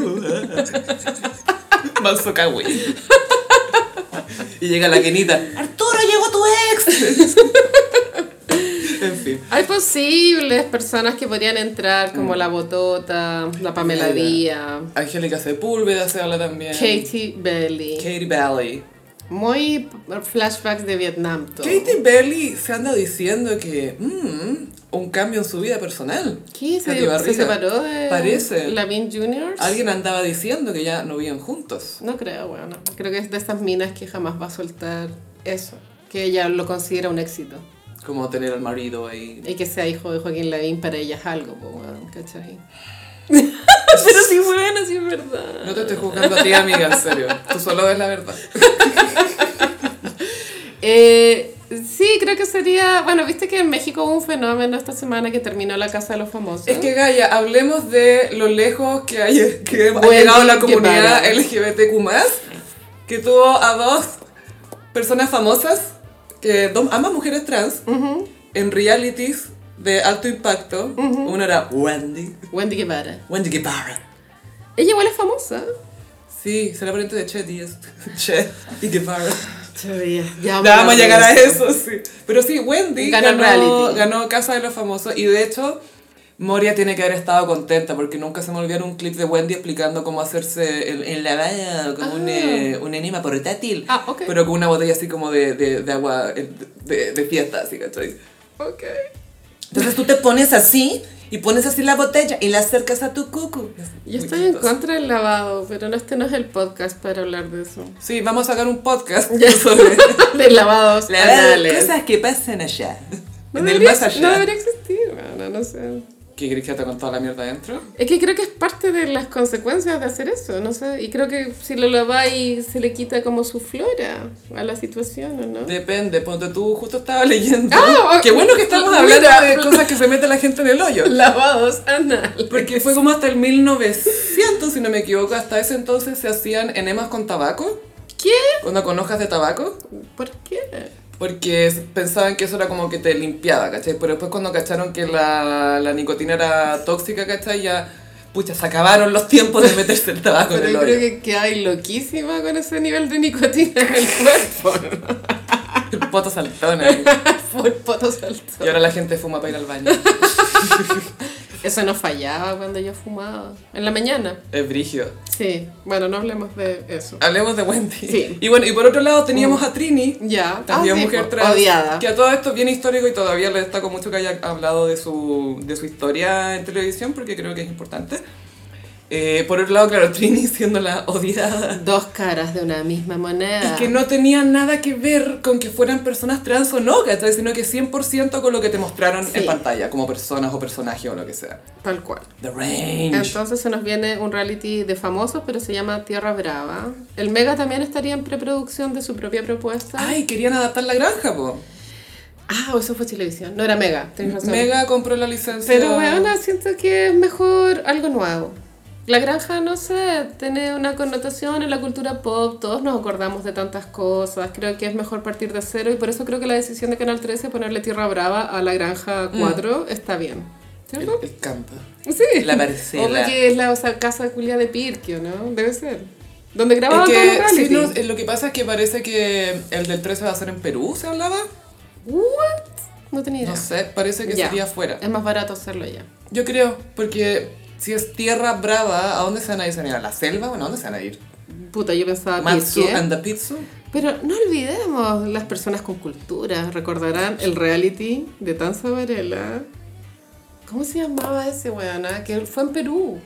Manso cagüey. Y llega la Kenita, Arturo, llegó tu ex. En fin. Hay posibles personas que podrían entrar, como la Botota, la Pamela Díaz, Angélica Sepúlveda se habla también. Katie Belly. Katie Bailey. Muy flashbacks de Vietnam todo. Katie Bailey se anda diciendo que un cambio en su vida personal. ¿Qué? Katy ¿Se Barriga. separó de Parece. Lavigne Jr.? Alguien andaba diciendo que ya no viven juntos. No creo, bueno. Creo que es de estas minas que jamás va a soltar eso. Que ella lo considera un éxito. Como tener al marido ahí. Y que sea hijo de Joaquín Lavín para ella es algo, pues, bueno, ¿cachai? Pero sí, bueno, sí es verdad. No te estoy juzgando a ti, amiga, en serio. Tú solo ves la verdad. Sí, creo que sería... Bueno, viste que en México hubo un fenómeno esta semana que terminó la Casa de los Famosos. Es que, Gaia, hablemos de lo lejos que ha Bueno, llegado la que comunidad para. LGBTQ+, que tuvo a 2 personas famosas, ambas mujeres trans, en realities de alto impacto. Una era Wendy Guevara. Guevara. Ella igual es famosa. Sí, será pariente de Che Díaz. Che y Guevara. Ya Ya vamos a llegar a eso, sí. Pero sí, Wendy Ganó reality. ganó Casa de los Famosos y de hecho Moria tiene que haber estado contenta porque nunca se me olvidó un clip de Wendy explicando cómo hacerse el lavado como un enema portátil, ok. pero con una botella así como de agua de fiesta, así, ¿cachai? Ok. Entonces tú te pones así y pones así la botella y la acercas a tu cucu. Yo Muy estoy en chistoso. contra del lavado, pero este no es el podcast para hablar de eso. Sí, vamos a sacar un podcast Ya. sobre De lavados anales. cosas que pasan allá. No en el debería, más allá. no debería existir, bueno, no sé. ¿Qué crees que te con toda la mierda adentro? Es que creo que es parte de las consecuencias de hacer eso, no sé. Y creo que si lo laváis se le quita como su flora a la situación, ¿o no? Depende, ponte tú, justo estaba leyendo. Ah, Qué bueno que estamos hablando mira. de cosas que se mete la gente en el hoyo. Lavados anales. Porque fue como hasta el 1900, si no me equivoco, hasta ese entonces se hacían enemas con tabaco. ¿Qué? Cuando con hojas de tabaco. ¿Por qué? Porque pensaban que eso era como que te limpiaba, ¿cachai? Pero después cuando cacharon que la nicotina era tóxica, ¿cachai? Ya, pucha, se acabaron los tiempos de meterse el tabaco en Pero el yo hoyo. creo que hay loquísima con ese nivel de nicotina en el cuerpo. El poto saltón ahí. Fue el poto saltón. Y ahora la gente fuma para ir al baño. Eso no fallaba cuando yo fumaba. En la mañana. Es brígido. Sí. Bueno, no hablemos de eso. Hablemos de Wendy. Sí. Y bueno, y por otro lado teníamos a Trini. Ya. También sí, mujer trans. odiada. Que a todo esto es bien histórico y todavía le destaco mucho que haya hablado de su historia en televisión porque creo que es importante. Por otro lado, claro, Trini siendo la odiada. Dos caras de una misma moneda. Y que no tenía nada que ver con que fueran personas trans o no, ¿cachai? Sino que 100% con lo que te mostraron en pantalla, como personas o personajes o lo que sea. Tal cual. The Range. Entonces se nos viene un reality de famosos, pero se llama Tierra Brava. El Mega también estaría en preproducción de su propia propuesta. Ay, querían adaptar La Granja, po. Ah, eso fue Chilevisión. No era Mega, tenés razón. Mega compró la licencia. Pero bueno, siento que es mejor algo nuevo. La Granja, no sé, tiene una connotación en la cultura pop, todos nos acordamos de tantas cosas, creo que es mejor partir de cero y por eso creo que la decisión de Canal 13 ponerle Tierra Brava a La Granja 4 está bien. ¿Cierto? El campo. Sí. La parcela. O que es la casa culia de Pirquio, ¿no? Debe ser. Donde grababan Es todos los que, reality. sí, no, lo que pasa es que parece que el del 13 va a ser en Perú, ¿se hablaba? ¿What? No tenía idea. No sé, parece que Ya. sería afuera. Es más barato hacerlo ya. Yo creo, porque si es Tierra Brava, ¿a dónde se van a ir? ¿Se van a ir a la selva? Bueno, ¿a dónde se van a ir? Puta, yo pensaba Matsu Pirquio. and the Pizza. Pero no olvidemos, las personas con cultura recordarán el reality de Tanza Varela. ¿Cómo se llamaba ese weón? Que fue en Perú.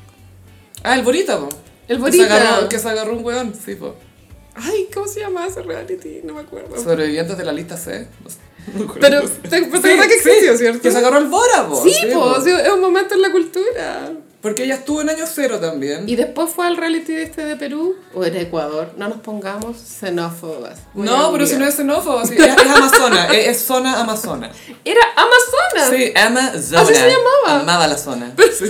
Ah, el Borita, po. El Borita. Que se agarró un weón, sí, po. Ay, ¿cómo se llamaba ese reality? No me acuerdo. Sobrevivientes de la lista C. No sé, no me acuerdo. Pero te verdad que existió, ¿cierto? Que se agarró el Bora, po. Sí, po, po. sí, es un momento en la cultura. Porque ella estuvo en año cero también. Y después fue al reality de Perú o era Ecuador. No nos pongamos xenófobas. No, pero si no es xenófobo, sí, es Amazona, es zona Amazona. Era Amazonas. Sí, Amazona. Así se llamaba. Amaba la zona. Sí.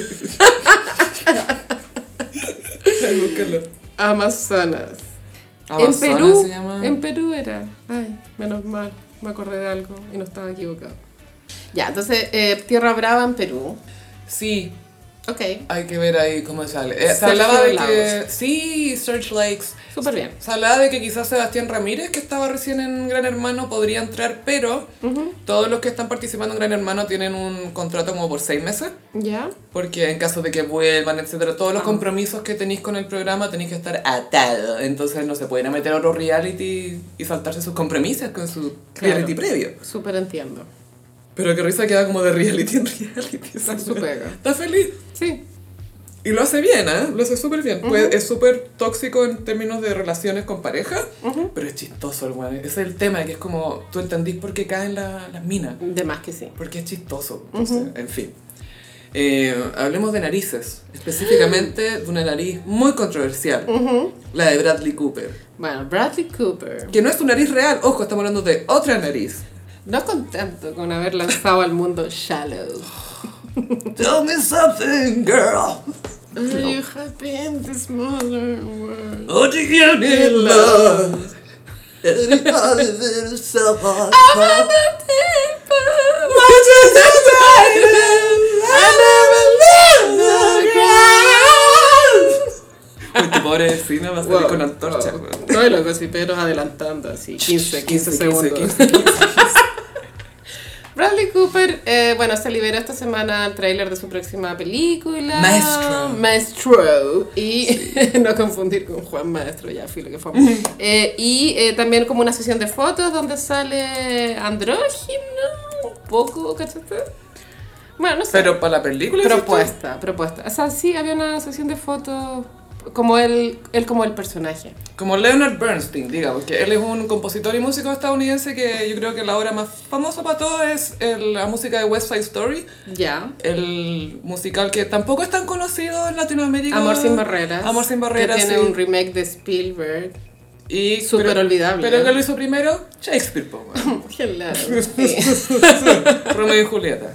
Búscalo. Amazonas. Amazonas En Perú, se llama. en Perú era. Ay, menos mal, me acordé de algo y no estaba equivocado. Ya, entonces, Tierra Brava en Perú. Sí, Ok, hay que ver ahí cómo sale. Se Sergio hablaba de Lagos. que... Sí, Search Lakes. súper bien. Se hablaba de que quizás Sebastián Ramírez, que estaba recién en Gran Hermano, podría entrar, pero todos los que están participando en Gran Hermano tienen un contrato como por 6 meses. ¿Ya? Porque en caso de que vuelvan, etcétera, todos los compromisos que tenéis con el programa tenéis que estar atados. Entonces no se pueden meter a otro reality y saltarse sus compromisos con su Claro. reality previo. Súper entiendo. Pero que risa queda como de reality en reality. Está su pega. Está feliz. Sí. Y lo hace bien, ¿eh? Lo hace súper bien. Pues es súper tóxico en términos de relaciones con pareja, pero es chistoso el weón. Ese es el tema, que es como, tú entendís por qué caen las minas. De más que sí. Porque es chistoso. Entonces, en fin. Hablemos de narices. Específicamente de una nariz muy controversial. La de Bradley Cooper. Bueno, Bradley Cooper. Que no es tu nariz real. Ojo, estamos hablando de otra nariz. No contento con haber lanzado al mundo Shallow. Tell me something, girl. Are you happy in this modern world? Oh, do you need love? Everybody feels so hard. Uy, tu pobre vecina va a salir con antorcha. No, y los gossiperos adelantando así, 15 segundos. 15. Bradley Cooper, bueno, se liberó esta semana el tráiler de su próxima película. Maestro. Y no confundir con Juan Maestro, ya fui lo que fue. Y también como una sesión de fotos donde sale andrógino, un poco, ¿cachaste? Bueno, no sé. Pero para la película. Propuesta. O sea, sí, había una sesión de fotos como él como el personaje. Como Leonard Bernstein, digamos, que él es un compositor y músico estadounidense que yo creo que la obra más famosa para todos es la música de West Side Story. Ya. El musical que tampoco es tan conocido en Latinoamérica. Amor sin barreras. Amor sin barreras, que tiene sí. un remake de Spielberg. Y Súper olvidable. Pero que lo hizo primero Shakespeare, po, man. Claro. Romeo y Julieta.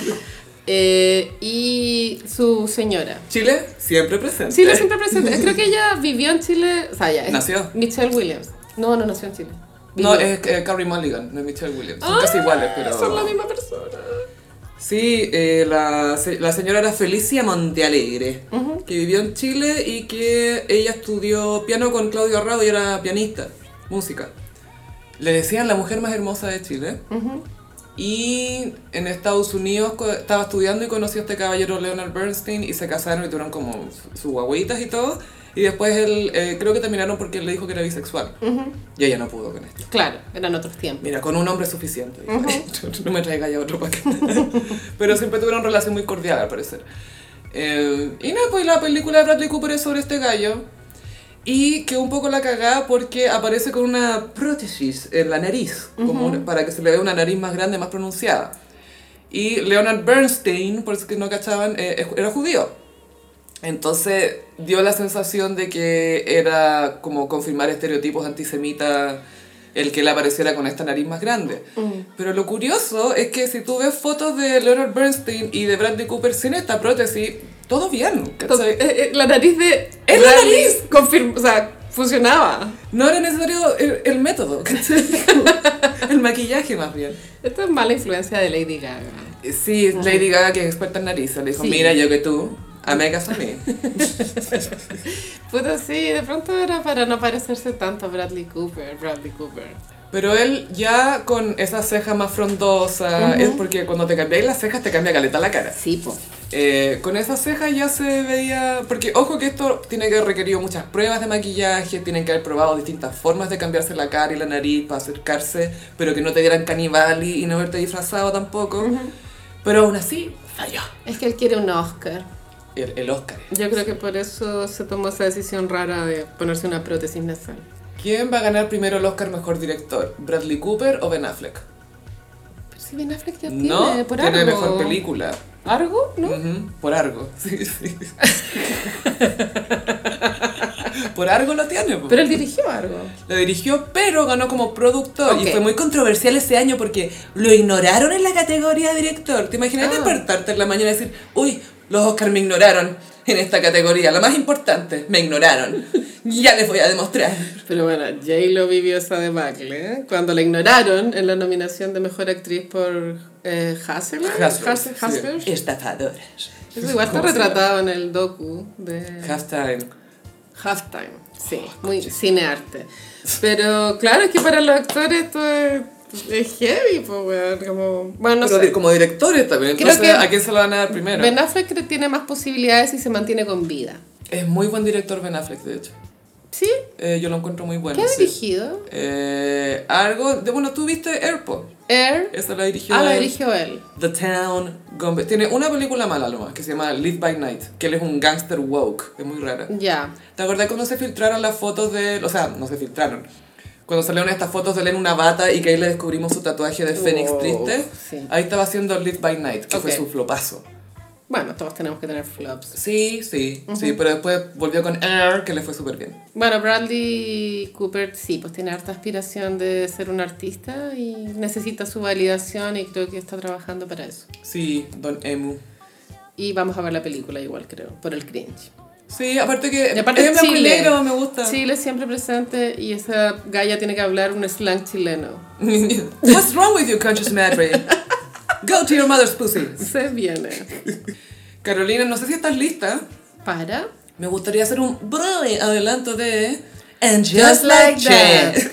Y su señora. Chile, siempre presente. Chile siempre presente. Creo que ella vivió en Chile. O sea, ya. ¿Nació? Michelle Williams. No nació en Chile. No, Vivió. es Carrie Mulligan, no es Michelle Williams. Son casi iguales, pero... Son la misma persona. Sí, la señora era Felicia Montealegre, que vivió en Chile y que ella estudió piano con Claudio Arrado y era pianista, música. Le decían la mujer más hermosa de Chile. Y en Estados Unidos estaba estudiando y conoció a este caballero Leonard Bernstein y se casaron y tuvieron como sus guagüitas y todo. Y después él, creo que terminaron porque él le dijo que era bisexual. Y ella no pudo con esto. Claro, eran otros tiempos. Mira, con un hombre es suficiente. No me traiga ya otro paquete. Pero siempre tuvieron relación muy cordial, al parecer. Y nada, pues la película de Bradley Cooper es sobre este gallo. Y quedó un poco la cagada porque aparece con una prótesis en la nariz, como para que se le vea una nariz más grande, más pronunciada. Y Leonard Bernstein, por si no cachaban, era judío. Entonces dio la sensación de que era como confirmar estereotipos antisemitas el que él apareciera con esta nariz más grande. Pero lo curioso es que si tú ves fotos de Leonard Bernstein y de Bradley Cooper sin esta prótesis, todo bien, ¿cachai? La nariz de... ¡Es la nariz! O sea, funcionaba. No era necesario el método, ¿cachai? El maquillaje más bien. Esto es mala influencia de Lady Gaga. Sí, Lady Gaga, que es experta en narices, le dijo, sí. Mira, yo que tú, hazme caso a mí. Puta, sí, de pronto era para no parecerse tanto a Bradley Cooper. Pero él ya con esa ceja más frondosa, es porque cuando te cambiáis las cejas te cambia caleta la cara. Sí, po. Con esa ceja ya se veía... Porque ojo que esto tiene que haber requerido muchas pruebas de maquillaje, tienen que haber probado distintas formas de cambiarse la cara y la nariz para acercarse, pero que no te dieran canibali y no haberte disfrazado tampoco. Pero aún así, falló. Es que él quiere un Oscar. El Oscar. Yo creo que por eso se tomó esa decisión rara de ponerse una prótesis nasal. ¿Quién va a ganar primero el Oscar Mejor Director? ¿Bradley Cooper o Ben Affleck? Pero si Ben Affleck ya no, tiene, por tiene Argo. Mejor Película. ¿Argo? ¿No? Por Argo, sí. Por Argo lo tiene. Pero él dirigió Argo. Lo dirigió, pero ganó como productor. Y fue muy controversial ese año porque lo ignoraron en la categoría de director. ¿Te imaginas despertarte en la mañana y decir, uy, los Oscars me ignoraron en esta categoría, la más importante, me ignoraron? Ya les voy a demostrar. Pero bueno, J-Lo vivió esa debacle, ¿eh? Cuando la ignoraron en la nominación de Mejor Actriz por Hustlers. Sí. Estafadoras. Eso igual está retratado en el docu de... Halftime, sí, muy cinearte. Pero claro, es que para los actores esto es heavy, pues, weón, como... Bueno, no pero sé. Como directores también, entonces, creo que ¿a quién se lo van a dar primero? Ben Affleck tiene más posibilidades y se mantiene con vida. Es muy buen director Ben Affleck, de hecho. ¿Sí? Yo lo encuentro muy bueno. ¿Qué ha dirigido? Algo... Bueno, ¿tú viste Airpo? Air. Esa la dirigió la dirigió él. The Town, Gombe. Tiene una película mala nomás, que se llama Live by Night, que él es un gangster woke, es muy rara. Ya. ¿Te acuerdas cuando se filtraron las fotos de él? O sea, no se filtraron. Cuando salieron estas fotos de él en una bata y que ahí le descubrimos su tatuaje de Fénix triste. Sí. Ahí estaba haciendo Live by Night, que fue su flopazo. Bueno, todos tenemos que tener flops. Sí, pero después volvió con Air, que le fue súper bien. Bueno, Bradley Cooper sí, pues tiene harta aspiración de ser un artista y necesita su validación y creo que está trabajando para eso. Sí, Don Emu. Y vamos a ver la película igual, creo, por el cringe. Sí, aparte que y aparte es Chile, negro, me gusta. Chile siempre presente y esa galla tiene que hablar un slang chileno. What's wrong with you, conscious madre? Go to your mother's pussy. Se viene. Carolina, no sé si estás lista. ¿Para? Me gustaría hacer un breve adelanto de And Just Like Che.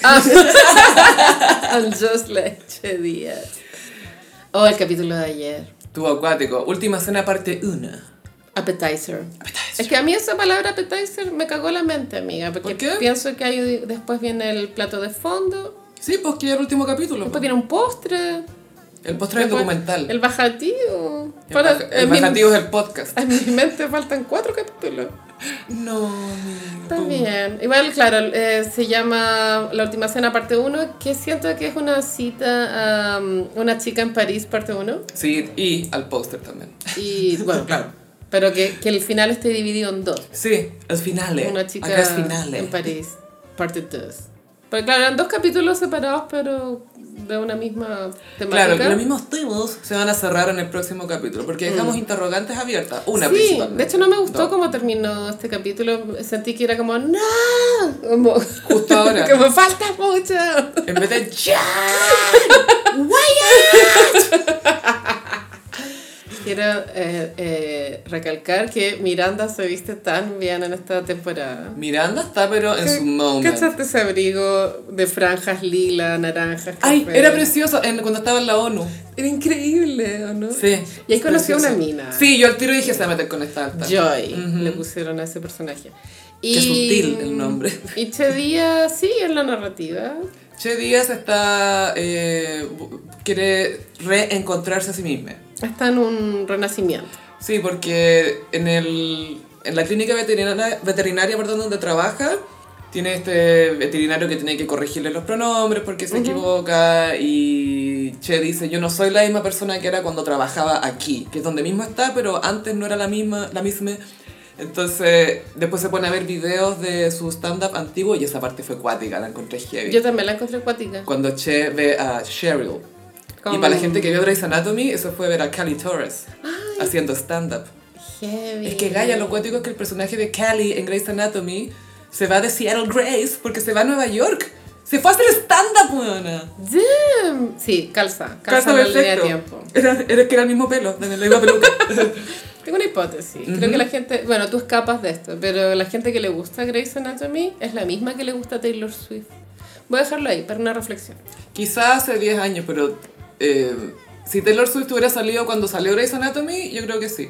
And Just Like Che Díaz. Oh, el capítulo de ayer. Estuvo acuático. Última cena parte 1. Appetizer. Es que a mí esa palabra appetizer me cagó la mente, amiga. Porque ¿por qué? Pienso que ahí después viene el plato de fondo. Sí, pues que ya el último capítulo. Después viene un postre. El postre es documental. El bajativo. El bajativo es el podcast. En mi mente faltan 4 capítulos. No, Está bien. Igual, claro, se llama La Última Cena parte 1, que siento que es una cita a Una chica en París parte 1. Sí, y al póster también. Y bueno, claro. Pero que el final esté dividido en 2. Sí, el finale. Una chica acá es finale. en París parte 2. Porque claro, eran 2 capítulos separados, pero de una misma temática. Claro, los mismos temas se van a cerrar en el próximo capítulo, porque dejamos interrogantes abiertas, una sí, principalmente. De hecho no me gustó cómo terminó este capítulo, sentí que era como ¡no! Como, justo ahora. Como falta mucho. En vez de ¡John! ¡Wyatt! quiero recalcar que Miranda se viste tan bien en esta temporada. Miranda está pero en su moment. ¿Cachaste ese abrigo de franjas lila, naranjas, café? Ay, era precioso cuando estaba en la ONU. Era increíble, ¿o no? Sí. Y ahí conoció a una mina. Sí, yo al tiro dije, se va a meter con esta alta. Joy, le pusieron a ese personaje. Qué sutil el nombre. Y Che Díaz sigue en la narrativa. Che Díaz quiere reencontrarse a sí misma. Está en un renacimiento. Sí, porque en la clínica veterinaria donde trabaja, tiene este veterinario que tiene que corregirle los pronombres porque se equivoca y Che dice, yo no soy la misma persona que era cuando trabajaba aquí, que es donde mismo está, pero antes no era la misma. Entonces, después se pone a ver videos de su stand-up antiguo y esa parte fue cuática, la encontré heavy. Yo también la encontré cuática. Cuando Che ve a Cheryl. Y para la gente que vio Grey's Anatomy, eso fue ver a Callie Torres haciendo stand-up. Heavy. Es que Gaia, lo cuático es que el personaje de Callie en Grey's Anatomy se va de Seattle Grace porque se va a Nueva York. Se fue a hacer stand-up, weona. Damn. Sí, calza en la línea de tiempo. Era que era el mismo pelo, de la misma peluca. Tengo una hipótesis. Creo que la gente... Bueno, tú escapas de esto, pero la gente que le gusta Grey's Anatomy es la misma que le gusta Taylor Swift. Voy a dejarlo ahí para una reflexión. Quizás hace 10 años, pero si Taylor Swift hubiera salido cuando salió Grey's Anatomy, yo creo que sí.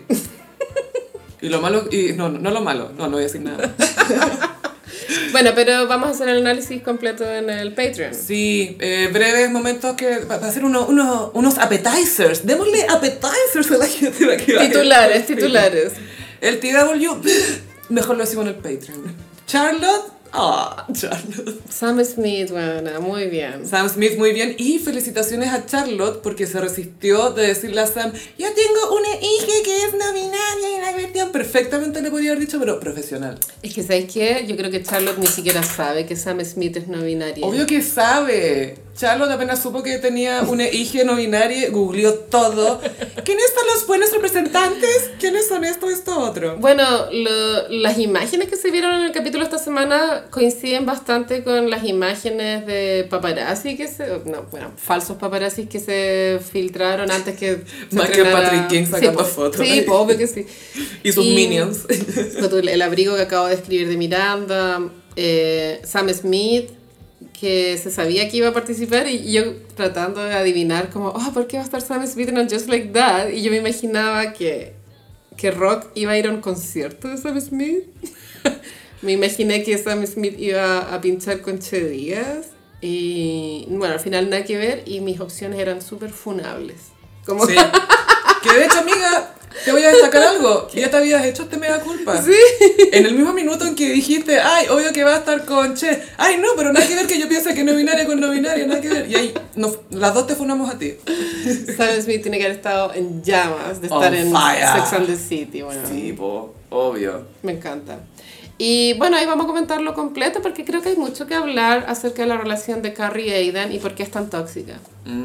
Y lo malo... No lo malo. No voy a decir nada. Bueno, pero vamos a hacer el análisis completo en el Patreon. Sí, breves momentos para hacer unos appetizers. Démosle appetizers a la gente. Titulares. El TW, mejor lo decimos en el Patreon. Charlotte. Charlotte. Sam Smith, bueno, muy bien. Sam Smith, muy bien. Y felicitaciones a Charlotte porque se resistió de decirle a Sam, yo tengo una hija que es no binaria y la cuestión. Perfectamente le podía haber dicho, pero profesional. Es que, ¿sabes qué? Yo creo que Charlotte ni siquiera sabe que Sam Smith es no binaria. Obvio que sabe. Charlotte apenas supo que tenía una hija no binaria, googleó todo. ¿Quiénes son los buenos representantes? ¿Quiénes son esto, otro? Bueno, las imágenes que se vieron en el capítulo esta semana coinciden bastante con las imágenes de paparazzi falsos paparazzi que se filtraron antes que más que Patrick King sacando fotos. Sí, obvio que sí. Y sus minions. El abrigo que acabo de escribir de Miranda, Sam Smith, que se sabía que iba a participar y yo tratando de adivinar como, ¿por qué va a estar Sam Smith en Just Like That? Y yo me imaginaba que Rock iba a ir a un concierto de Sam Smith. Me imaginé que Sam Smith iba a pinchar con Che Díaz y bueno, al final nada que ver y mis opciones eran súper funables. Como... Sí. Que de hecho, amiga, te voy a destacar algo. Ya te habías hecho este mega culpa. Sí. En el mismo minuto en que dijiste, ay, obvio que va a estar con Che. Ay, no, pero nada que ver que yo piense que no binaria con no binaria, nada que ver. Y ahí las dos te funamos a ti. Sam Smith tiene que haber estado en llamas de estar en Sex and the City. Bueno, sí, obvio. Me encanta. Y bueno, ahí vamos a comentarlo completo porque creo que hay mucho que hablar acerca de la relación de Carrie y Aidan y por qué es tan tóxica.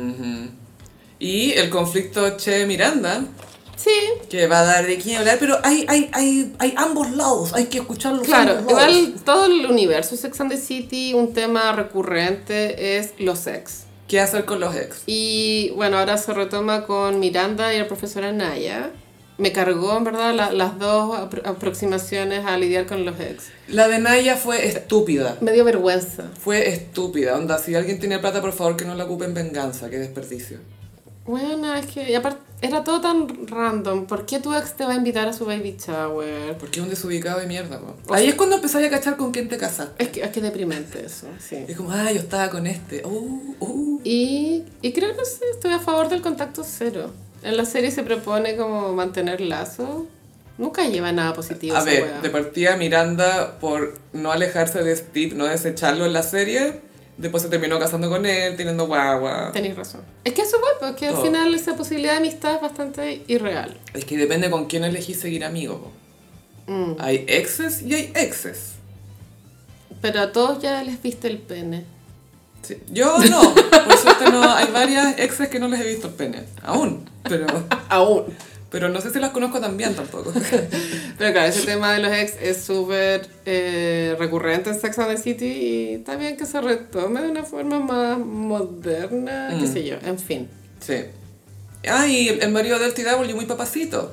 Y el conflicto Che-Miranda. Sí. Que va a dar de quién hablar, pero hay ambos lados, hay que escucharlos. Claro, igual todo el universo Sex and the City, un tema recurrente es los ex. ¿Qué hacer con los ex? Y bueno, ahora se retoma con Miranda y el profesor Anaya. Me cargó, en verdad, las dos aproximaciones a lidiar con los ex. La de Naya fue estúpida. Me dio vergüenza. Fue estúpida. Onda, si alguien tiene plata, por favor, que no la ocupe en venganza. Qué desperdicio. Bueno, es que aparte era todo tan random. ¿Por qué tu ex te va a invitar a su baby shower? Porque es un desubicado de mierda, po. Ahí es cuando empezáis a cachar con quién te casaste. Es que deprimente eso, sí. Es como, yo estaba con este. Y creo que no sé, estoy a favor del contacto cero. En la serie se propone como mantener lazos. Nunca lleva nada positivo. A ver, de partida Miranda, por no alejarse de Steve, no desecharlo en la serie, después se terminó casando con él, teniendo guagua. Tenéis razón. Es que eso fue, porque al final esa posibilidad de amistad es bastante irreal. Es que depende con quién elegís seguir amigo. Hay exes y hay exes. Pero a todos ya les viste el pene. Sí. Yo no, por suerte no. Hay varias exes que no les he visto el pene. Aún, pero... Aún. Pero no sé si las conozco tan bien tampoco. Pero claro, ese tema de los ex es súper recurrente en Sex and the City y está bien que se retome de una forma más moderna, qué sé yo, en fin. Sí. Ah, y el marido del TW, muy papacito.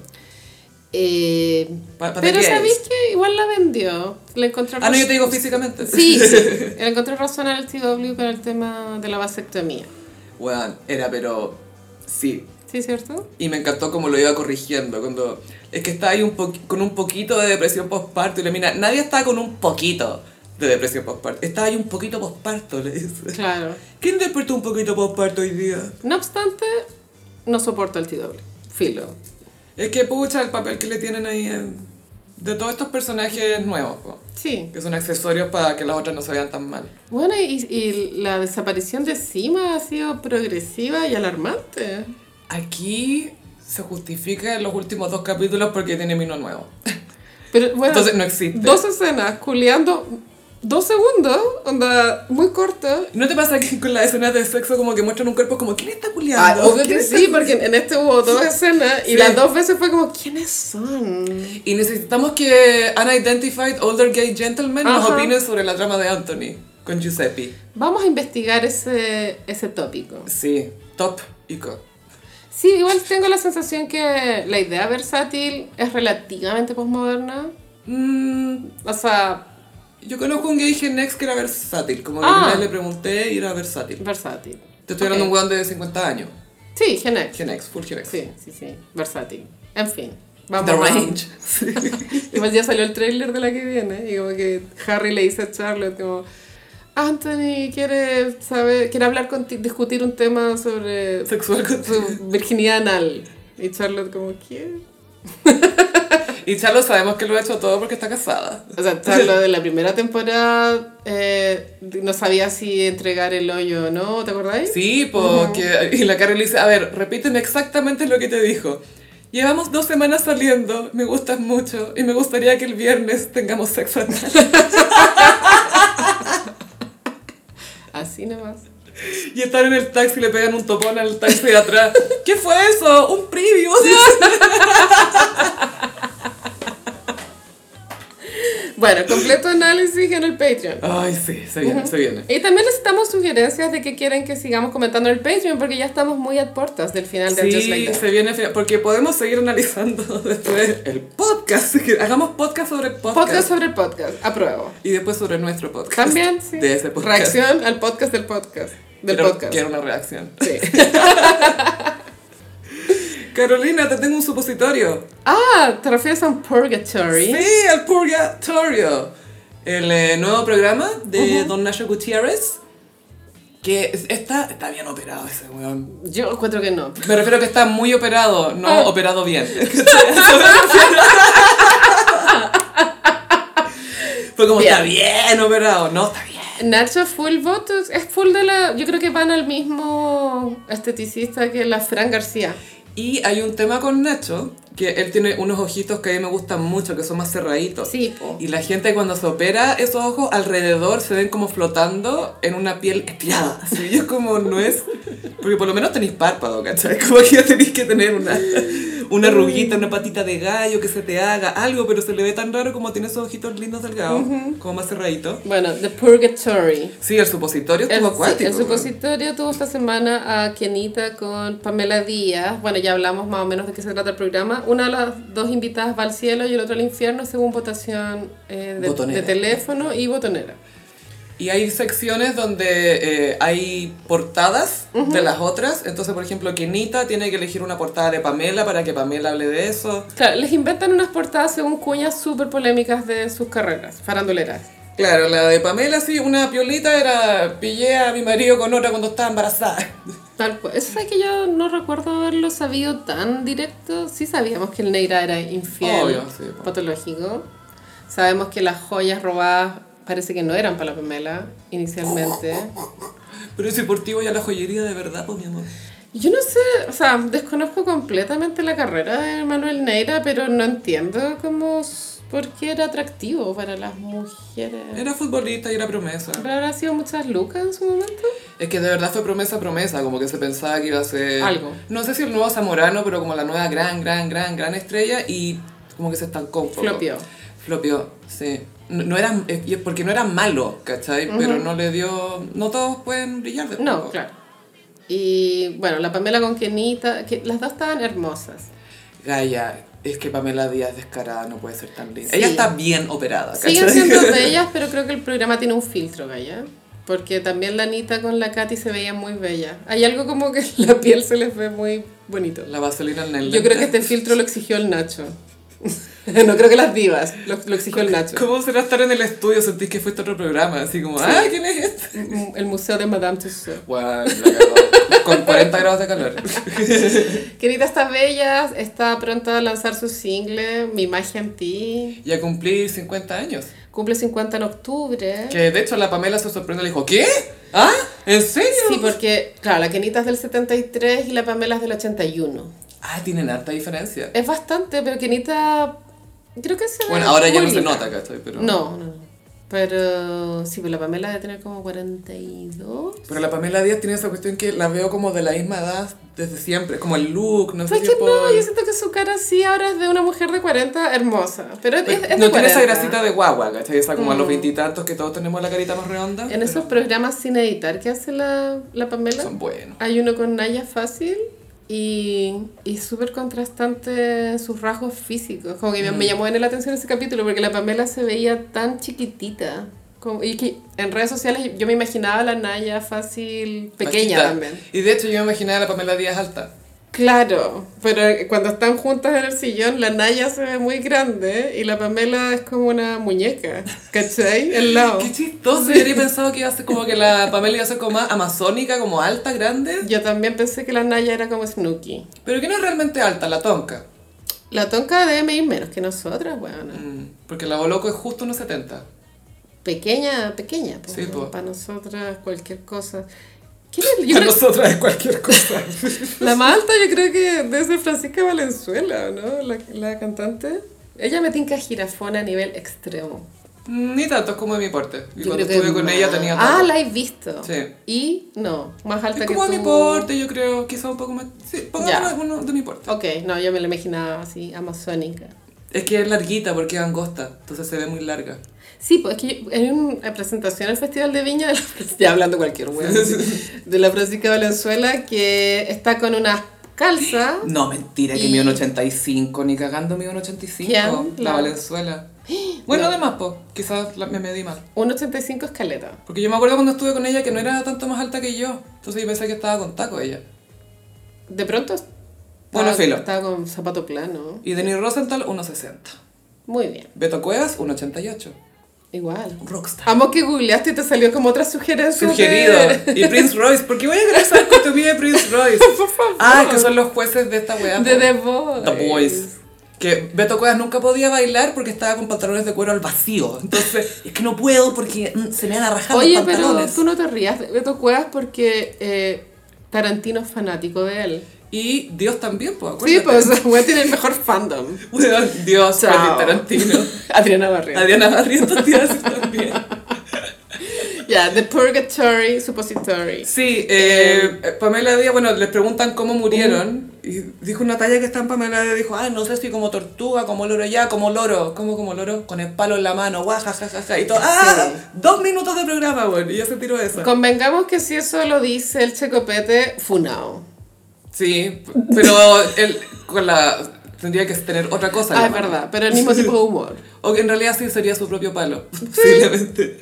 Pero ¿sabéis que igual la vendió? Le encontró no, yo te digo físicamente. Sí, le encontró razón al TW con el tema de la vasectomía. Bueno, pero sí. Sí, ¿cierto? Y me encantó cómo lo iba corrigiendo. Cuando es que está ahí con un poquito de depresión postparto y le mira, nadie está con un poquito de depresión postparto. Está ahí un poquito postparto, le dice. Claro. ¿Quién despertó un poquito postparto hoy día? No obstante, no soporto el TW. Filo. Es que pucha el papel que le tienen ahí de todos estos personajes nuevos, po, Sí. que son accesorios para que las otras no se vean tan mal. Bueno, y la desaparición de Sima ha sido progresiva y alarmante. Aquí se justifica en los últimos 2 capítulos porque tiene vino nuevo. Pero bueno, Entonces no existe. 2 escenas, culeando 2 segundos, onda muy corto. ¿No te pasa que con las escenas de sexo como que muestran un cuerpo como ¿quién está culiando? Obvio que sí, porque en este hubo 2 escenas y Sí. las 2 veces fue como, ¿quiénes son? Y necesitamos que Unidentified Older Gay Gentleman nos Ajá. opine sobre la trama de Anthony con Giuseppe. Vamos a investigar ese tópico. Sí, top ico. Sí, igual tengo la sensación que la idea versátil es relativamente postmoderna. O sea, Yo conozco un gay Gen X que era versátil, como que Ah. una vez le pregunté y era versátil. versátil. Te estoy hablando de Ok. un weón de 50 años. Sí, Gen X. Gen X, full Gen X. Sí, versátil. En fin, vamos The a- range. Sí. Igual ya salió el tráiler de la que viene y como que Harry le dice a Charlotte como Anthony quiere hablar contigo, discutir un tema sobre Sexual contigo. su virginidad anal. Y Charlotte como, ¿qué? Y Charlo sabemos que lo ha hecho todo porque está casada. O sea, Charlotte de la primera temporada no sabía si entregar el hoyo o no, ¿te acordáis? Sí, porque... Y la Carrie le dice, a ver, repíteme exactamente lo que te dijo. Llevamos 2 semanas saliendo, me gustas mucho y me gustaría que el viernes tengamos sexo anal. Así nomás. Y están en el taxi y le pegan un topón al taxi de atrás. ¿Qué fue eso? Un preview. Bueno, completo análisis en el Patreon. Ay, sí, se viene, se viene. Y también necesitamos sugerencias de qué quieren que sigamos comentando en el Patreon, porque ya estamos muy a puertas del final de Just Like Sí, That. se viene, porque podemos seguir analizando después el podcast. Hagamos podcast sobre podcast. Podcast sobre el podcast, apruebo. Y después sobre nuestro podcast. También, sí. De ese podcast. Reacción al podcast del podcast. Del podcast. Quiero una reacción. Sí. Carolina, te tengo un supositorio. Ah, ¿te refieres a un purgatory? Sí, el Purgatorio. El nuevo programa de Don Nacho Gutiérrez. Que está bien operado ese weón. Yo encuentro que no. Me refiero a que está muy operado, no operado bien. Fue como, Bien. está bien operado. No, está bien. Nacho full botox, es full de la... Yo creo que van al mismo esteticista que la Fran García. Y hay un tema con Nacho, que él tiene unos ojitos que a mí me gustan mucho, que son más cerraditos. Sí, po. Y la gente cuando se opera, esos ojos alrededor se ven como flotando en una piel estirada. Así y es como, no es... Porque por lo menos tenéis párpado, ¿cachai? Como que ya tenéis que tener una arruguita, una patita de gallo que se te haga, algo, pero se le ve tan raro como tiene esos ojitos lindos delgados, como más cerraditos. Bueno, The Purgatory. Sí, el supositorio estuvo acuático. El supositorio tuvo esta semana a Kenita con Pamela Díaz. Bueno, ya hablamos más o menos de qué se trata el programa. Una de las 2 invitadas va al cielo y el otro al infierno según votación de teléfono y botonera. Y hay secciones donde hay portadas de las otras. Entonces, por ejemplo, Kenita tiene que elegir una portada de Pamela para que Pamela hable de eso. Claro, les inventan unas portadas según cuñas súper polémicas de sus carreras, faranduleras. Claro, la de Pamela, sí, una piolita era pillé a mi marido con otra cuando estaba embarazada. Tal cual. Eso es que yo no recuerdo haberlo sabido tan directo. Sí sabíamos que el Neira era infiel, Obvio, sí, po. patológico. Sabemos que las joyas robadas parece que no eran para la Pamela inicialmente. Pero si por ti voy a la joyería de verdad, pues mi amor. Yo no sé, o sea, desconozco completamente la carrera de Manuel Neira, pero no entiendo cómo, por qué era atractivo para las mujeres. Era futbolista y era promesa. ¿Pero habrá sido muchas lucas en su momento? Es que de verdad fue promesa, como que se pensaba que iba a ser... Algo. No sé si el nuevo Zamorano, pero como la nueva gran estrella y como que se estancó un poco. Flopió, sí. No era, porque no era malo, ¿cachai? Pero no le dio... No todos pueden brillar de No, poco. claro. Y bueno, la Pamela con Kenita, que las dos estaban hermosas. Gaia, es que Pamela Díaz descarada no puede ser tan linda. Sí. Ella está bien operada, ¿cachai? Siguen siendo bellas, pero creo que el programa tiene un filtro, Gaya. Porque también la Anita con la Katy se veía muy bella. Hay algo como que la piel se les ve muy bonito. La vaselina en el Yo creo que este filtro lo exigió el Nacho. No creo que las divas, lo exigió el Nacho. ¿Cómo será estar en el estudio? Sentís que fuiste a otro programa, así como, Sí. ¿quién es este? El museo de Madame Tussauds. Bueno, con 40 grados de calor. Kenita está bella, está pronta a lanzar su single, Mi magia en ti. Y a cumplir 50 años. Cumple 50 en octubre. Que de hecho la Pamela se sorprende y le dijo, ¿qué? ¿Ah? ¿En serio? Sí, porque, claro, la Kenita es del 73 y la Pamela es del 81. Tienen harta diferencia. Es bastante, pero Kenita creo que se ve Bueno, ahora ya muy no se linda. nota, ¿cachai? Pero... No. Pero sí, pues la Pamela debe tener como 42. Pero la Pamela Díaz tiene esa cuestión que la veo como de la misma edad desde siempre, como el look, no sé Pues si que es por... no, yo siento que su cara sí ahora es de una mujer de 40 hermosa. Pero es de no tiene esa 40. grasita de guagua, ¿cachai? Esa como a los 20 y tantos que todos tenemos la carita más redonda. En esos programas sin editar que hace la Pamela, Son buenos. hay uno con Naya Fácil y súper contrastante sus rasgos físicos. Como que me llamó en la atención ese capítulo porque la Pamela se veía tan chiquitita. Y que en redes sociales yo me imaginaba a la Naya Fácil pequeña Bajita. también. Y de hecho yo me imaginaba a la Pamela Díaz alta. Claro, pero cuando están juntas en el sillón, la Naya se ve muy grande y la Pamela es como una muñeca, ¿cachai? El lado. Qué chistoso, yo habría pensado que iba a ser como que la Pamela iba a ser como más amazónica, como alta, grande. Yo también pensé que la Naya era como Snooki. Pero que no es realmente alta, la tonca. La Tonka debe medir menos que nosotras, bueno. Porque la Boloco es justo unos 70. Pequeña, pues, Sí, pues. para nosotras cualquier cosa. ¿Quién es? Yo Para creo- nosotras es cualquier cosa. la más alta yo creo que debe ser Francisca Valenzuela, ¿no? La cantante. Ella me tinca jirafona a nivel extremo. Ni tanto, es como de mi porte. Y Yo cuando creo que estuve con más. ella tenía Ah, todo. la he visto. Sí. Y no, más alta Es que como de tú. mi porte, yo creo. Quizá un poco más... Sí, Ya. pongamos uno de mi porte. Ok, no, yo me la imaginaba así, amazónica. Es que es larguita porque es angosta, entonces se ve muy larga. Sí, pues es que en una presentación al Festival de Viña, ya hablando cualquier hueá, de la Francisca Valenzuela, que está con una calza. No, mentira, que Y- mide un 85, ni cagando mide un 85. ¿Quién? La La- Valenzuela. Bueno, No. además, pues, quizás me medí mal. 1,85 escaleta. Porque yo me acuerdo cuando estuve con ella que no era tanto más alta que yo. Entonces yo pensé que estaba con taco ella. De pronto Bueno, filo. estaba con zapato plano. Y Denis Rosenthal, 1,60. Muy bien, Beto Cuevas, 1,88. igual. Rockstar. Amo que googleaste y te salió como otra sugerencia. Sugerido. Y Prince Royce. ¿Por qué voy a querer saber cuánto mide Prince Royce? Por favor. Que son los jueces de esta weá. De po. The Voice. The Boys. Que Beto Cuevas nunca podía bailar porque estaba con pantalones de cuero al vacío. Entonces, es que no puedo porque se me van a rajar Oye, los pero pantalones. tú no te rías de Beto Cuevas porque Tarantino es fanático de él. Y Dios también, pues, Sí, acuérdate. pues güey tiene el mejor fandom. Weón, Dios, Chao. Quentin Tarantino. Adriana Barrios. A Diana Barrientos te iba a decir también. Ya, The Purgatory Suppository. Sí, Pamela Díaz, bueno, les preguntan cómo murieron. Y dijo una talla que está en Pamela Díaz, dijo, no sé si como tortuga, como loro ya, como loro. ¿Cómo como loro? Con el palo en la mano, guajajajaja. Y todo, Sí. 2 minutos de programa, bueno, y ya se tiró esa. Convengamos que si eso lo dice el Checopete, funao. Sí, pero él con la... Tendría que tener otra cosa. en la Es mano. verdad, pero el mismo tipo de humor. O que en realidad sí sería su propio palo, posiblemente.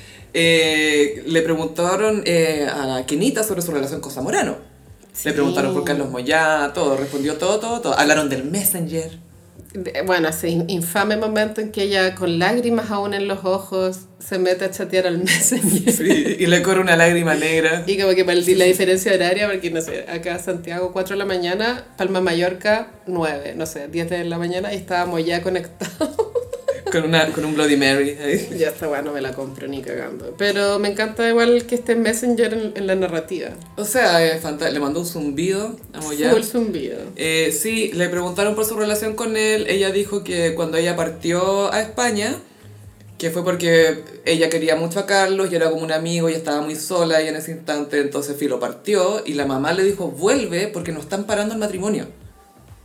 Le preguntaron a la Kenita sobre su relación con Zamorano. Le preguntaron por Carlos Moyá, todo, respondió todo. Hablaron del Messenger. Bueno, ese infame momento en que ella con lágrimas aún en los ojos se mete a chatear al Messenger. Sí, y le corre una lágrima negra. Y como que para la diferencia horaria, porque no sé, acá Santiago 4 de la mañana, Palma Mallorca 9, no sé, 10 de la mañana y estábamos ya conectados. Con un Bloody Mary ahí. Ya está bueno, no me la compro ni cagando. Pero me encanta igual que esté Messenger en la narrativa. O sea, es fantástico. Le mandó un zumbido a Moyá. Full zumbido. Sí, le preguntaron por su relación con él. Ella dijo que cuando ella partió a España, que fue porque ella quería mucho a Carlos y era como un amigo y estaba muy sola y en ese instante entonces Filo partió y la mamá le dijo vuelve porque no están parando el matrimonio.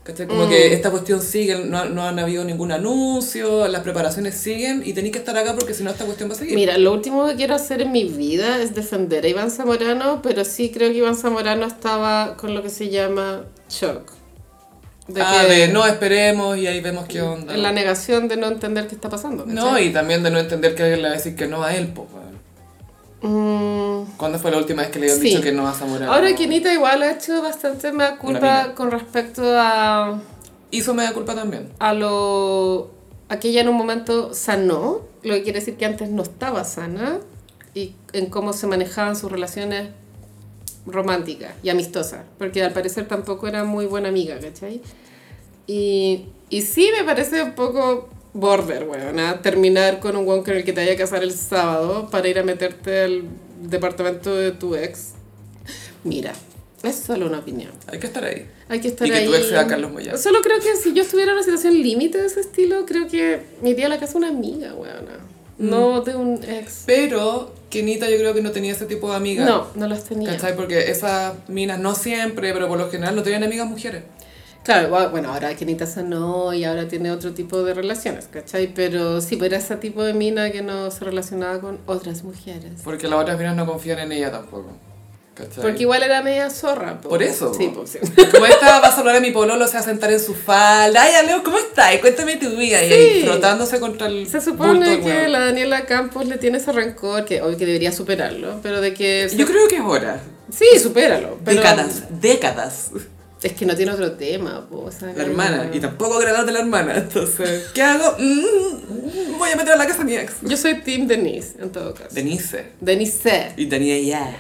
¿Cachai? Como que esta cuestión sigue, no han habido ningún anuncio, las preparaciones siguen y tenéis que estar acá porque si no esta cuestión va a seguir. Mira, lo último que quiero hacer en mi vida es defender a Iván Zamorano, pero sí creo que Iván Zamorano estaba con lo que se llama shock. De no esperemos y ahí vemos qué onda. En la negación de no entender qué está pasando. ¿cachai? No, y también de no entender que alguien le va a decir que no a él, po. ¿Cuándo fue la última vez que le habían dicho que no a Zamorano? Ahora Kenita igual ha hecho bastante mea culpa con respecto a... Hizo mea culpa también. A que ella en un momento sanó, lo que quiere decir que antes no estaba sana, y en cómo se manejaban sus relaciones románticas y amistosas, porque al parecer tampoco era muy buena amiga, ¿cachai? Y sí me parece un poco border, weón, terminar con un weón con el que te vaya a casar el sábado para ir a meterte al departamento de tu ex. Mira, es solo una opinión. Hay que estar ahí. Hay que estar ahí. Y que tu ex sea Carlos Moyano. Solo creo que si yo estuviera en una situación límite de ese estilo, creo que me iría a la casa de una amiga, weón. No de un ex. Pero Kenita yo creo que no tenía ese tipo de amigas. No las tenía. ¿Cachai? Porque esas minas, no siempre, pero por lo general no tenían amigas mujeres. Claro, bueno, ahora Kenita sanó y ahora tiene otro tipo de relaciones, ¿cachai? Pero sí, pues era ese tipo de mina que no se relacionaba con otras mujeres. Porque las otras minas no confían en ella tampoco. ¿Cachai? Porque igual era media zorra. Por eso. Sí, pues sí. Como esta va a saludar a mi pololo, se va a sentar en su falda. Ay, Leo, ¿cómo estás? Cuéntame tu vida. Sí. Y ahí frotándose contra el se supone que la Daniela Campos le tiene ese rencor, que hoy que debería superarlo, pero de que... Yo creo que es hora. Sí, supéralo. Pero décadas. Es que no tiene otro tema, po, la hermana, y tampoco agradar de la hermana, entonces, ¿qué hago? Voy a meter a la casa a mi ex. Yo soy team Denise, en todo caso. Denise. Y tenía ya.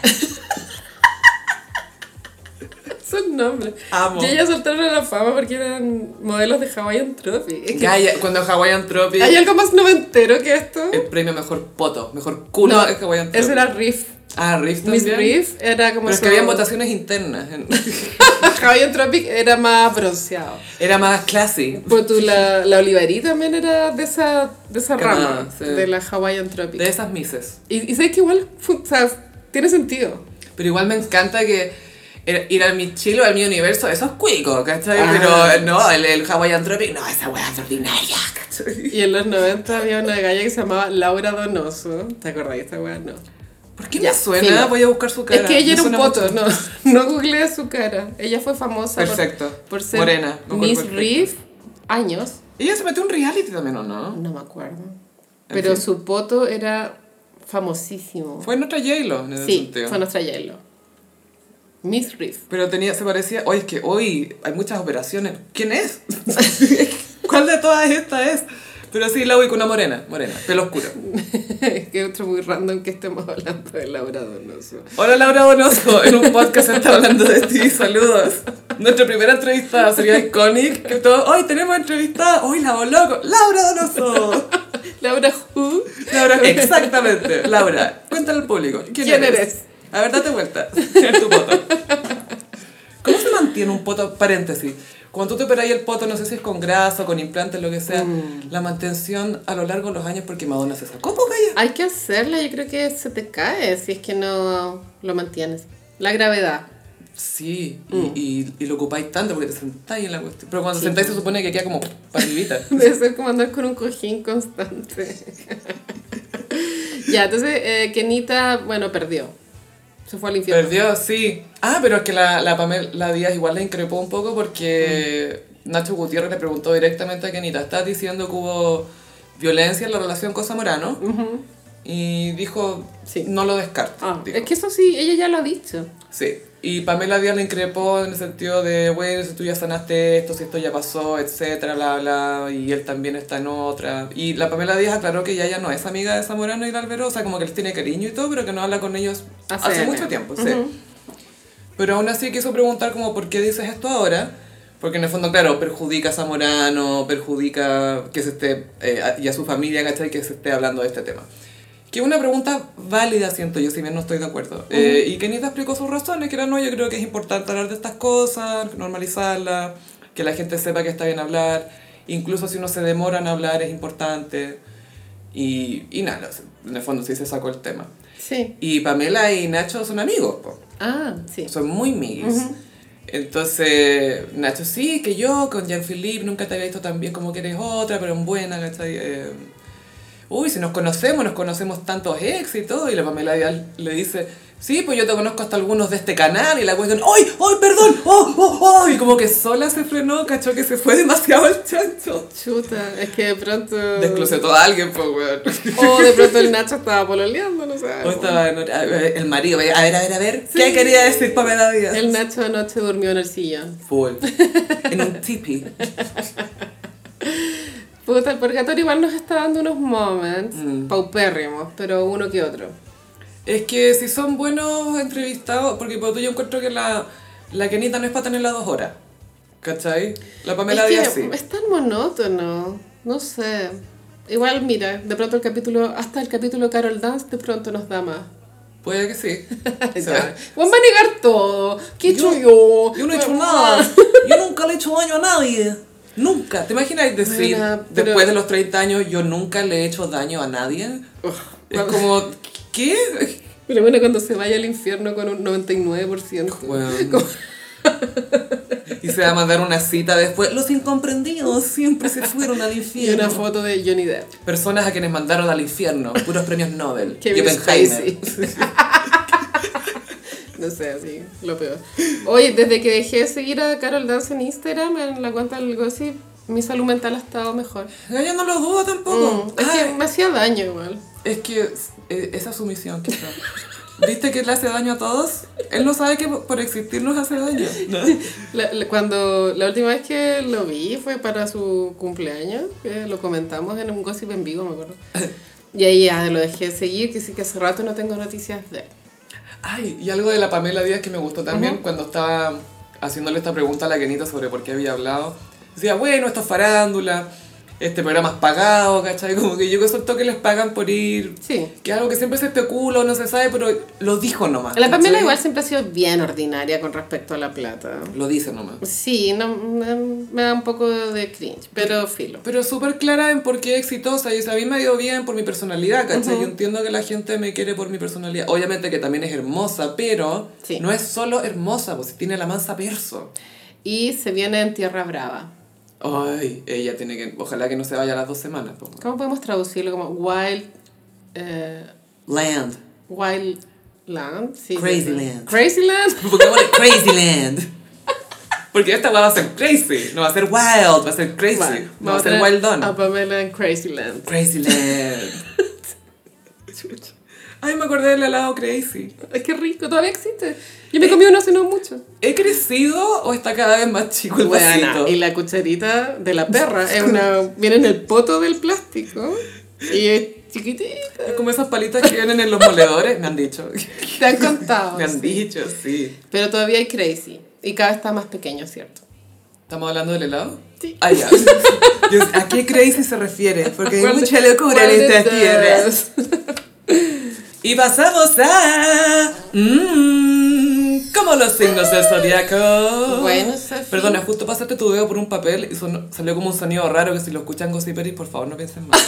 Son nombres. Amo. Y ellas soltaron a la fama porque eran modelos de Hawaiian Tropic. Cuando Hawaiian Tropic... ¿Hay algo más noventero que esto? El premio mejor poto, mejor culo de Hawaiian Tropic. Eso era Riff. Ah, Riff también. Miss Riff era como... Pero es que habían votaciones internas. Hawaiian Tropic era más bronceado. Era más classy. Pues la Olivarí también era de esa rama, sí. De la Hawaiian Tropic. De esas misses. Y sabes que igual, o sea, tiene sentido. Pero igual me encanta que ir al mi chilo, al mi universo, eso es cuico, ¿cachai? Pero no, el Hawaiian Tropic, no, esa weá es ordinaria, ¿cachai? Y en los 90 había una galla que se llamaba Laura Donoso. ¿Te acordás de esta weá? No. ¿Por qué me suena? Filo. Voy a buscar su cara. Es que ella era un poto, no googleé su cara. Ella fue famosa por ser morena, Miss Riff años. Ella se metió en reality también, ¿o no? No me acuerdo. Pero su poto era famosísimo. Fue nuestra J-Lo en ese sentido. Sí, fue nuestra J-Lo. Miss Riff. Pero se parecía... Oye, es que hoy hay muchas operaciones. ¿Quién es? ¿Cuál de todas estas es? Pero sí, la ubico, una morena, pelo oscuro. Que otro muy random que estemos hablando de Laura Donoso. Hola Laura Donoso, en un podcast se está hablando de ti, saludos. Nuestra primera entrevistada sería iconic, que todo, hoy tenemos entrevistada, hoy la loco, Laura Donoso. Laura Who. Laura, exactamente, Laura, cuéntale al público. ¿Quién eres? A ver, date vuelta, en tu poto. ¿Cómo se mantiene un poto? Paréntesis. Cuando tú te operas el poto, no sé si es con grasa, con implantes, lo que sea, la mantención a lo largo de los años, porque Madonna se sacó, pues, gaya. Hay que hacerla, yo creo que se te cae si es que no lo mantienes. La gravedad. Sí, y lo ocupáis tanto porque te sentáis en la cuestión. Pero cuando sentáis se supone que queda como para arribita. Debe ser como andar con un cojín constante. Ya, entonces, Kenita, bueno, perdió. Se fue al infierno. Perdió, sí. Ah, pero es que la Pamela Díaz igual la increpó un poco porque Nacho Gutiérrez le preguntó directamente a Kenita, ¿estás diciendo que hubo violencia en la relación con Zamorano? Y dijo, sí, no lo descarto. Es que eso sí, ella ya lo ha dicho. Sí, y Pamela Díaz le increpó en el sentido de, bueno, si tú ya sanaste esto, si esto ya pasó, etcétera, bla, bla, y él también está en otra. Y la Pamela Díaz aclaró que ya no es amiga de Zamorano y de Alberó, o sea, como que les tiene cariño y todo, pero que no habla con ellos hace mucho tiempo, sí. Pero aún así quiso preguntar como, ¿por qué dices esto ahora? Porque en el fondo, claro, perjudica a Zamorano, perjudica que se esté, y a su familia, ¿cachai? Que se esté hablando de este tema. Que es una pregunta válida, siento yo, si bien no estoy de acuerdo. Y Kenita explicó sus razones, que era, no, yo creo que es importante hablar de estas cosas, normalizarlas, que la gente sepa que está bien hablar, incluso si uno se demora en hablar es importante. Y nada, en el fondo sí se sacó el tema. Sí. Y Pamela y Nacho son amigos, po. Ah, sí. Son muy miguis. Entonces, Nacho, sí, que yo con Jean-Philippe nunca te había visto tan bien como que eres otra, pero en buena, ¿cachai? Uy, si nos conocemos tantos éxitos. Y la Pamela Díaz le dice, sí, pues yo te conozco hasta algunos de este canal. Y la cuestión, ¡ay, ay, perdón! ¡Oh! Y como que sola se frenó, cachó que se fue demasiado el chancho. Chuta, es que de pronto... Desclosetó a alguien, pues, weón. O de pronto el Nacho estaba pololeando, no sé. O estaba el marido, a ver, sí. ¿Qué quería decir Pamela Díaz? El Nacho anoche durmió en el sillón. Full. En un tipi. Puta, el purgatorio igual nos está dando unos moments paupérrimos, pero uno que otro. Es que si son buenos entrevistados, porque yo encuentro que la Kenita no es para tenerla 2 horas, ¿cachai? La Pamela Díaz sí. Es tan monótono, no sé. Igual, mira, de pronto hasta el capítulo Carol Dance de pronto nos da más. Puede que sí. Juan va a negar todo. ¿Qué he hecho yo? Yo no he hecho nada. Yo nunca le he hecho daño a nadie. Nunca. ¿Te imaginas decir, después de los 30 años, yo nunca le he hecho daño a nadie? Es como, ¿qué? Pero bueno, cuando se vaya al infierno con un 99%. Bueno. Y se va a mandar una cita después. Los incomprendidos siempre se fueron al infierno. Y una foto de Johnny Depp. Personas a quienes mandaron al infierno. Puros premios Nobel. Kevin Spacey. No sé, así, lo peor. Oye, desde que dejé de seguir a Carol Dance en Instagram, en la cuenta del Gossip, mi salud mental ha estado mejor. Yo no lo dudo tampoco. Es que me hacía daño igual. Es que esa sumisión quizás. ¿Viste que le hace daño a todos? Él no sabe que por existir nos hace daño. ¿No? La última vez que lo vi fue para su cumpleaños, que lo comentamos en un Gossip en vivo, me acuerdo. Y ahí ya lo dejé de seguir, que sí que hace rato no tengo noticias de él. Ay, y algo de la Pamela Díaz que me gustó también cuando estaba haciéndole esta pregunta a la Kenita sobre por qué había hablado. Decía, bueno, esto es farándula, este programa es pagado, ¿cachai? Como que yo que soltó que les pagan por ir. Sí. Que es algo que siempre se especula, no se sabe, pero lo dijo nomás. La Pamela igual siempre ha sido bien ordinaria con respecto a la plata. Lo dice nomás. Sí, no, me da un poco de cringe, pero filo. Pero súper clara en por qué es exitosa. Y a mí me ha ido bien por mi personalidad, ¿cachai? Yo entiendo que la gente me quiere por mi personalidad. Obviamente que también es hermosa, pero no es solo hermosa, pues tiene la mansa perso. Y se viene en Tierra Brava. Ay, ella tiene que... Ojalá que no se vaya a las 2 semanas. Pues. ¿Cómo podemos traducirlo? Como wild... land. Wild land. Sí, Crazy land. Crazy land. Pongámosle Crazy land. Porque esta va a ser crazy. No va a ser wild, va a ser crazy. Vale, no va a ser wild on. A Pamela en Crazy land. Crazy land. Ay, me acordé del helado Crazy. Es que rico, todavía existe. Yo me comí uno hace no mucho. ¿He crecido o está cada vez más chico el vasito? Y la cucharita de la perra viene en el poto del plástico y es chiquitita. Es como esas palitas que vienen en los moledores, me han dicho. Te han contado. Me han dicho, sí. Pero todavía hay Crazy y cada vez está más pequeño, ¿cierto? ¿Estamos hablando del helado? Sí. Ah, ya. ¿A qué Crazy se refiere? Porque hay mucha locura en estas tierras. Y pasamos a... como los signos del zodiaco. Bueno, Sofía. Perdona, justo pasaste tu dedo por un papel y salió como un sonido raro que si lo escuchan gossiperis, por favor no piensen mal.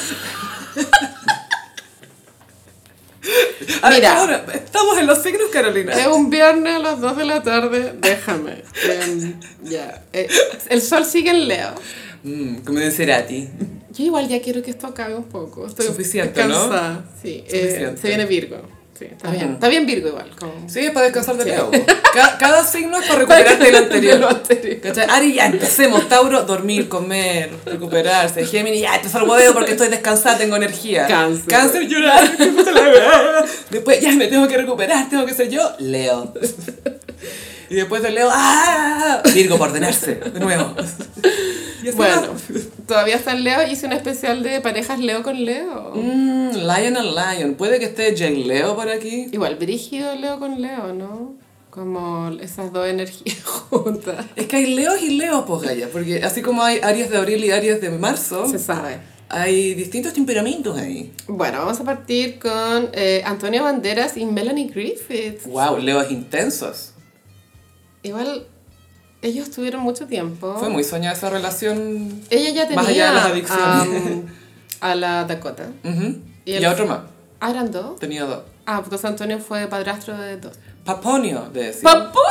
Mira, ahora, estamos en los signos, Carolina. Es un viernes a las 2 de la tarde, déjame. Ya. El sol sigue en Leo. Como de Cerati. Yo igual ya quiero que esto acabe un poco. Estoy suficiente, cansada. ¿no? Sí, se viene Virgo. Sí, está bien. Está bien Virgo igual. Como... Sí, es para descansar de Leo. Cada signo es para recuperarte del anterior. ¿Cachai? Ari, ya empecemos. Tauro, dormir, comer, recuperarse. Géminis, ya empezó el hueveo porque estoy descansada, tengo energía. Cáncer, llorar. Después, ya me tengo que recuperar, tengo que ser yo. Leo. Y después de Leo, Virgo, por ordenarse, de nuevo. Bueno, todavía está en Leo. Hice un especial de parejas Leo con Leo. Lion and Lion. Puede que esté Jane Leo por aquí. Igual, brígido Leo con Leo, ¿no? Como esas dos energías juntas. Es que hay Leos y Leos, pues, Gaya. Porque así como hay Aries de abril y Aries de marzo... Se sabe. Hay distintos temperamentos ahí. Bueno, vamos a partir con Antonio Banderas y Melanie Griffith. Wow, Leos intensos. Igual... Ellos tuvieron mucho tiempo. Fue muy soñada esa relación. Ella ya tenía más allá de las adicciones. A la Dakota. Y a otro más. ¿Ah, eran 2? Tenía 2. Ah, pues Antonio fue padrastro de 2. Paponio, de decir. ¡Paponio!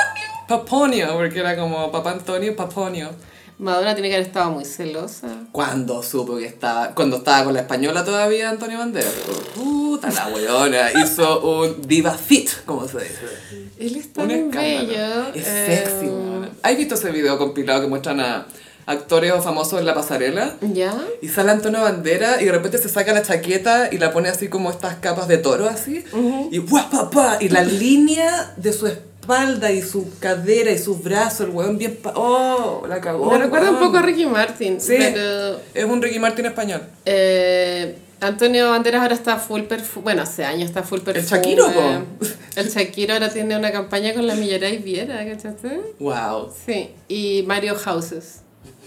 Paponio, porque era como Papá Antonio, Paponio. Madonna tiene que haber estado muy celosa. Cuando supo que estaba... Cuando estaba con la española todavía, Antonio Banderas. Puta la weona. Hizo un diva fit, como se dice. Él es tan bello. Es sexy, weona. ¿Has visto ese video compilado que muestran a actores o famosos en la pasarela? ¿Ya? Y sale Antonio Banderas y de repente se saca la chaqueta y la pone así como estas capas de toro así. Y ¡guapapá! Y la línea de su espalda y su cadera y sus brazos, el hueón bien... ¡Oh! La cagó. Me recuerda un poco a Ricky Martin. Sí, pero, es un Ricky Martin español. Antonio Banderas ahora está full perfume. Bueno, hace años está full perfume. El Shakiro, po. El Shakiro ahora tiene una campaña con la Millaray Viera, ¿cachaste? Wow. Sí. Y Mario Houses.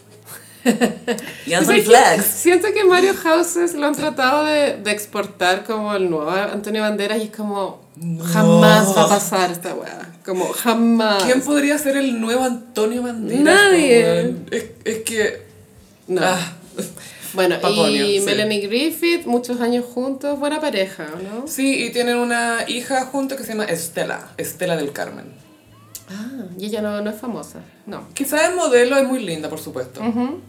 Y Anthony Flex. Siento que Mario Houses lo han tratado de exportar como el nuevo Antonio Banderas y es como jamás va a pasar esta weá. Como jamás. ¿Quién podría ser el nuevo Antonio Banderas? Nadie. Es que... No. Bueno, Paponio, y sí. Melanie Griffith, muchos años juntos, buena pareja, ¿no? Sí, y tienen una hija junto que se llama Estela del Carmen. Ah, y ella no es famosa, no. Quizás es modelo, es muy linda, por supuesto.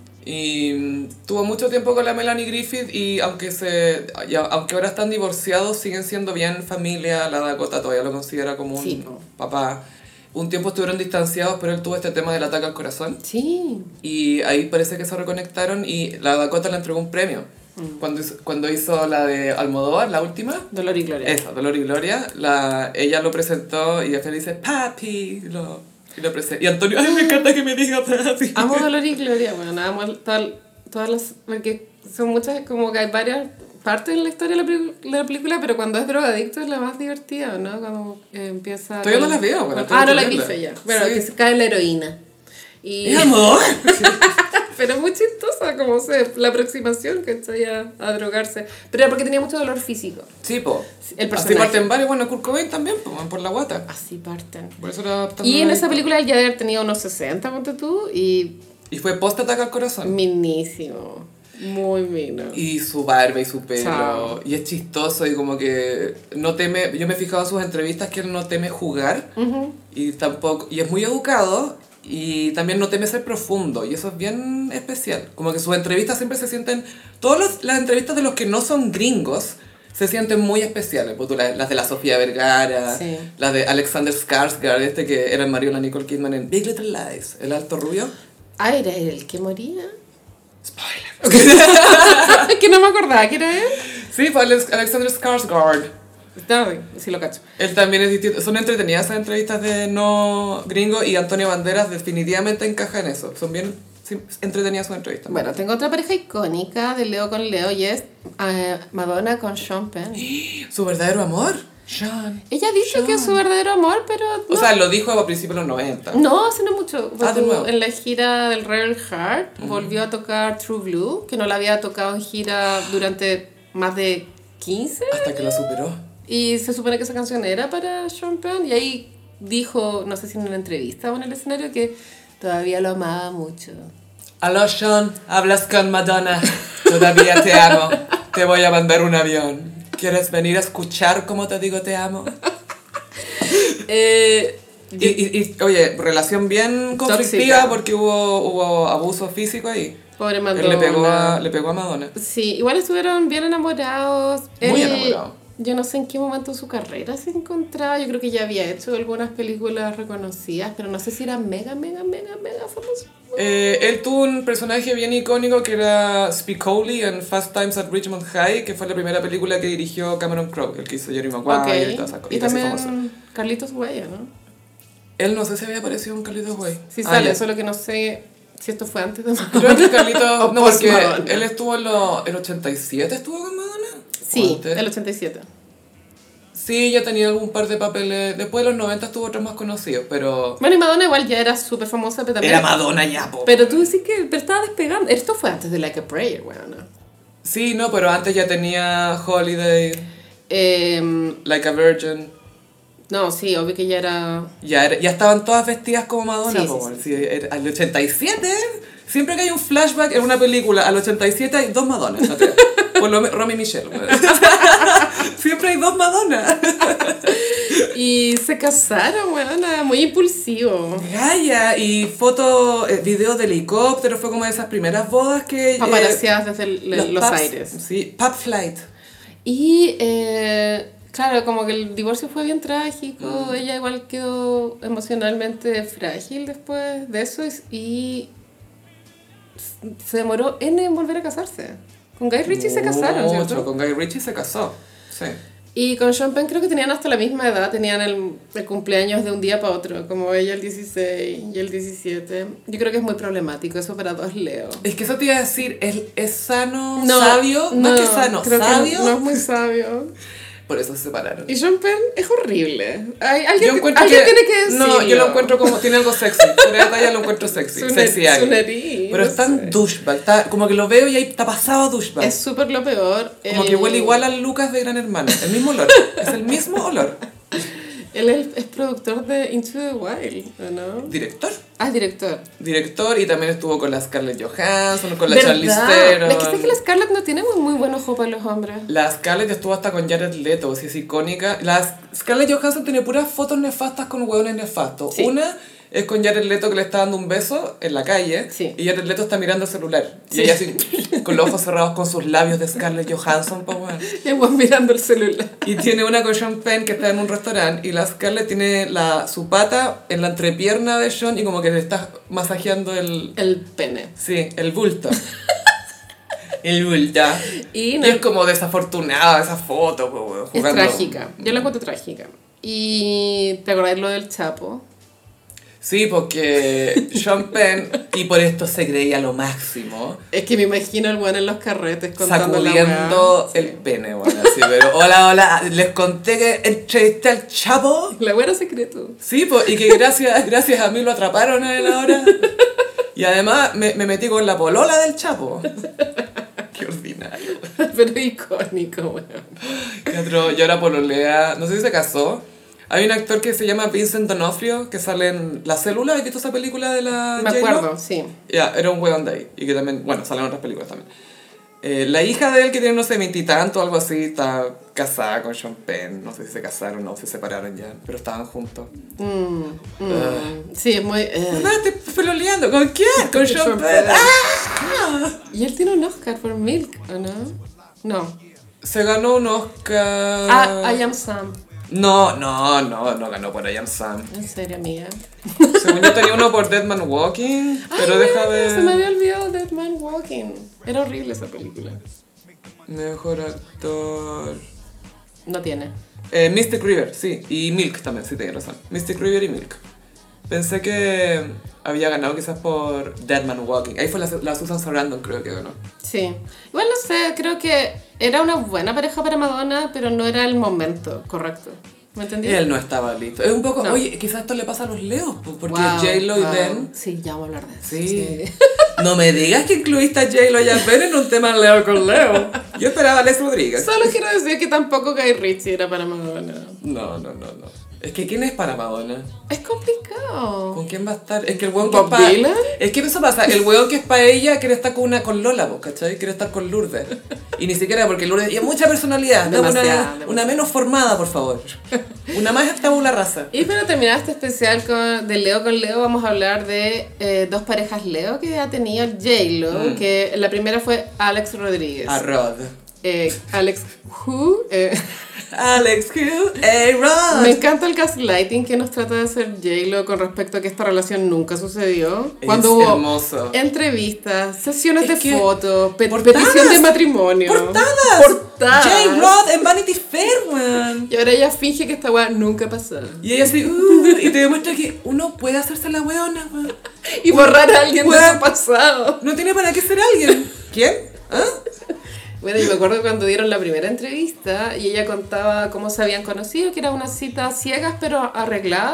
Y tuvo mucho tiempo con la Melanie Griffith y aunque ahora están divorciados, siguen siendo bien familia. La Dakota todavía lo considera como un Sí. papá. Un tiempo estuvieron distanciados, pero él tuvo este tema del ataque al corazón. Sí. Y ahí parece que se reconectaron y la Dakota le entregó un premio. Cuando hizo la de Almodóvar, la última. Dolor y Gloria. Esa, Dolor y Gloria. Ella lo presentó y después le dice, papi. Y lo presentó. Y Antonio, ay, me encanta que me diga papi. Amo Dolor y Gloria, bueno, amo todas las... Porque son muchas, como que hay varias partes en la historia de la película, pero cuando es drogadicto es la más divertida, ¿no? Cuando empieza... Todavía no las veo, bueno. No la he visto ya. Bueno, Sí. que se cae la heroína. Y... ¿Es amor? Pero es muy chistosa, como la aproximación que está a drogarse. Pero era porque tenía mucho dolor físico. Sí, po. El Así personaje. parten varios, bueno, Kurt Cobain también, po, por la guata. Así parten. Por eso era tan Y en esa drogadicto. película él ya debe haber tenido unos 60, ponte tú, y Y fue post-ataque al corazón. minísimo. Muy mino. Y su barba y su pelo. Chao. Y es chistoso y como que no teme... Yo me he fijado en sus entrevistas que él no teme jugar. Y tampoco... Y es muy educado. Y también no teme ser profundo. Y eso es bien especial. Como que sus entrevistas siempre se sienten... Todas las entrevistas de los que no son gringos se sienten muy especiales. Pues tú, las de la Sofía Vergara. Sí. Las de Alexander Skarsgård. Que era el marido de la Nicole Kidman en Big Little Lies. El alto rubio. Ah, ¿era el que moría? Spoiler. Es que no me acordaba que era él. Sí, fue Alexander Skarsgård. No, sí lo cacho. Él también es distinto. Son entretenidas esas entrevistas de no gringo y Antonio Banderas definitivamente encaja en eso. Son bien entretenidas sus entrevistas. Bueno, tengo otra pareja icónica de Leo con Leo y es Madonna con Sean Penn. ¿Su verdadero amor? Sean. Ella dice que es su verdadero amor, pero no. O sea, lo dijo a principios de los 90. No, hace no mucho. De nuevo. En la gira del Rare Heart volvió a tocar True Blue, que no la había tocado en gira durante más de 15. Hasta que lo superó. Y se supone que esa canción era para Sean Penn. Y ahí dijo, no sé si en una entrevista o en el escenario, que todavía lo amaba mucho. Aló, Sean. Hablas con Madonna. Todavía te amo. Te voy a mandar un avión. ¿Quieres venir a escuchar cómo te digo te amo? Oye, relación bien conflictiva Tóxica. porque hubo abuso físico ahí. Pobre Él Madonna. le pegó a Madonna. Sí, igual estuvieron bien enamorados. Muy enamorados. Yo no sé en qué momento de su carrera se encontraba. Yo creo que ya había hecho algunas películas reconocidas, pero no sé si era mega famoso. Él tuvo un personaje bien icónico que era Spicoli en Fast Times at Ridgemont High, que fue la primera película que dirigió Cameron Crowe, el que hizo Jerry Maguire y todas esas cosas. Y también Carlitos Way, ¿no? Él no sé si había aparecido en Carlitos Way. Sí sale, ya. solo que no sé si esto fue antes de Creo que Carlitos... O no, porque post-Madonna. él estuvo el 87, ¿estuvo con Madonna? Sí, ¿O antes? el 87. Sí, ya tenía algún par de papeles. Después de los 90 estuvo otros más conocidos, pero... Bueno, y Madonna igual ya era súper famosa, pero también... Era Madonna ya, po. Pero tú decís que estaba despegando. Esto fue antes de Like a Prayer, bueno. Sí, no, pero antes ya tenía Holiday, Like a Virgin. No, sí, obvio que ya era... Ya estaban todas vestidas como Madonna, Sí, po, sí, bueno. Sí, al 87, siempre que hay un flashback en una película, al 87 hay dos Madonnas, no tres. Por lo Romy y Michelle. Bueno. Siempre hay dos Madonnas. Y se casaron, weona, muy impulsivo. Gaia, y fotos, videos de helicóptero, fue como de esas primeras bodas que... Paparazziadas desde los aires. Sí, pub flight. Y, claro, como que el divorcio fue bien trágico, ella igual quedó emocionalmente frágil después de eso y se demoró en volver a casarse. Con Guy Ritchie se casaron, ¿cierto? Con Guy Ritchie se casó, sí. Y con Sean Penn creo que tenían hasta la misma edad, tenían el cumpleaños de un día para otro, como ella el 16 y el 17. Yo creo que es muy problemático eso para dos Leo. Es que eso te iba a decir, ¿es sano, sabio? No es que sano, sabio. No es muy sabio. Por eso se separaron. Y Sean Penn es horrible. Alguien tiene que decirlo. No, yo lo encuentro como, tiene algo sexy. Por esa ya lo encuentro sexy. Su nariz. Pero es tan douchebag. Está, como que lo veo y ahí está pasado a douchebag. Es súper lo peor. Como que huele igual al Lucas de Gran Hermano. El mismo olor. Es el mismo olor. Él es productor de Into the Wild, ¿no? ¿Director? Ah, director. Director, y también estuvo con la Scarlett Johansson, con la Charlize Theron. Es que sé que la Scarlett no tiene muy buen ojo para los hombres. La Scarlett estuvo hasta con Jared Leto, si es icónica. La Scarlett Johansson tiene puras fotos nefastas con hueones nefastos. Sí. Una es con Jared Leto que le está dando un beso en la calle, sí. Y Jared Leto está mirando el celular. Sí. Y ella así, con los ojos cerrados con sus labios de Scarlett Johansson, pues bueno. Y igual mirando el celular. Y tiene una con Sean Penn que está en un restaurante y la Scarlett tiene su pata en la entrepierna de Sean y como que le está masajeando el pene. Sí, el bulto. El bulto. Y es como desafortunada esa foto, pues, jugando. Es trágica. Yo la encuentro trágica. Y ¿te acordás lo del Chapo? Sí, porque Sean Penn, y por esto se creía lo máximo. Es que me imagino el weón en los carretes contando sacudiendo el pene, bueno, así, pero hola, les conté que entrevisté al Chapo. La weá era secreto. Sí, pues, y que gracias a mí lo atraparon a él ahora. Y además me metí con la polola del Chapo. Qué ordinario. Pero icónico, weón. Y ahora pololea, no sé si se casó. Hay un actor que se llama Vincent D'Onofrio, que sale en La Célula. ¿Has visto esa película de la Me acuerdo, sí. Ya, era un weón de ahí. Y que también, bueno, salen otras películas también. La hija de él, que tiene, no sé, 20 y tanto, algo así, está casada con Sean Penn. No sé si se casaron o se separaron ya, pero estaban juntos. Sí, es muy... No, estoy peloleando. ¿Con quién? Con Sean Penn. ¡Ah! Y él tiene un Oscar por Milk, ¿o no? No. Se ganó un Oscar... I Am Sam. No ganó por I Am Sam. ¿En serio, amiga? Según yo tenía uno por Dead Man Walking, pero deja ver... Se me había olvidado Dead Man Walking. Era horrible esa película. Mejor actor... No tiene. Mystic River, sí. Y Milk también, sí, tenía razón. Mystic River y Milk. Pensé que había ganado quizás por Dead Man Walking. Ahí fue la Susan Sarandon, creo que ganó. Sí. Igual no sé, creo que era una buena pareja para Madonna, pero no era el momento correcto. ¿Me entendí? Él no estaba listo. Es un poco... No. Oye, quizás esto le pasa a los Leos, porque J-Lo y Ben... Sí, ya vamos a hablar de eso. Sí. No me digas que incluiste a J-Lo y a Ben en un tema Leo con Leo. Yo esperaba a Alex Rodríguez. Solo quiero decir que tampoco Guy Ritchie era para Madonna. No. Es que ¿quién es para Madonna? Es complicado. ¿Con quién va a estar? Es que el weón que es para... Es que eso pasa, el weón que es para ella quiere estar con Lola, ¿cachai? Quiere estar con Lourdes. Y ni siquiera porque Lourdes tiene mucha personalidad. Una menos formada, por favor. Una más tabula rasa. Y para terminar este especial de Leo con Leo, vamos a hablar de dos parejas Leo que ha tenido J-Lo, que la primera fue Alex Rodríguez. Rod. Alex Who. Alex Who. Rod. Me encanta el gaslighting que nos trata de hacer J-Lo con respecto a que esta relación nunca sucedió. Cuando hubo hermoso. Entrevistas, sesiones de fotos, petición de matrimonio. ¡Portadas! J-Rod en Vanity Fair, man. Y ahora ella finge que esta weá nunca pasó. Y ella así, y te demuestra que uno puede hacerse la weona, man. Y borrar a alguien de su pasado. No tiene para qué ser alguien. ¿Quién? ¿Ah? Bueno, yo me acuerdo cuando dieron la primera entrevista y ella contaba cómo se habían conocido, que era una cita ciegas pero arreglada.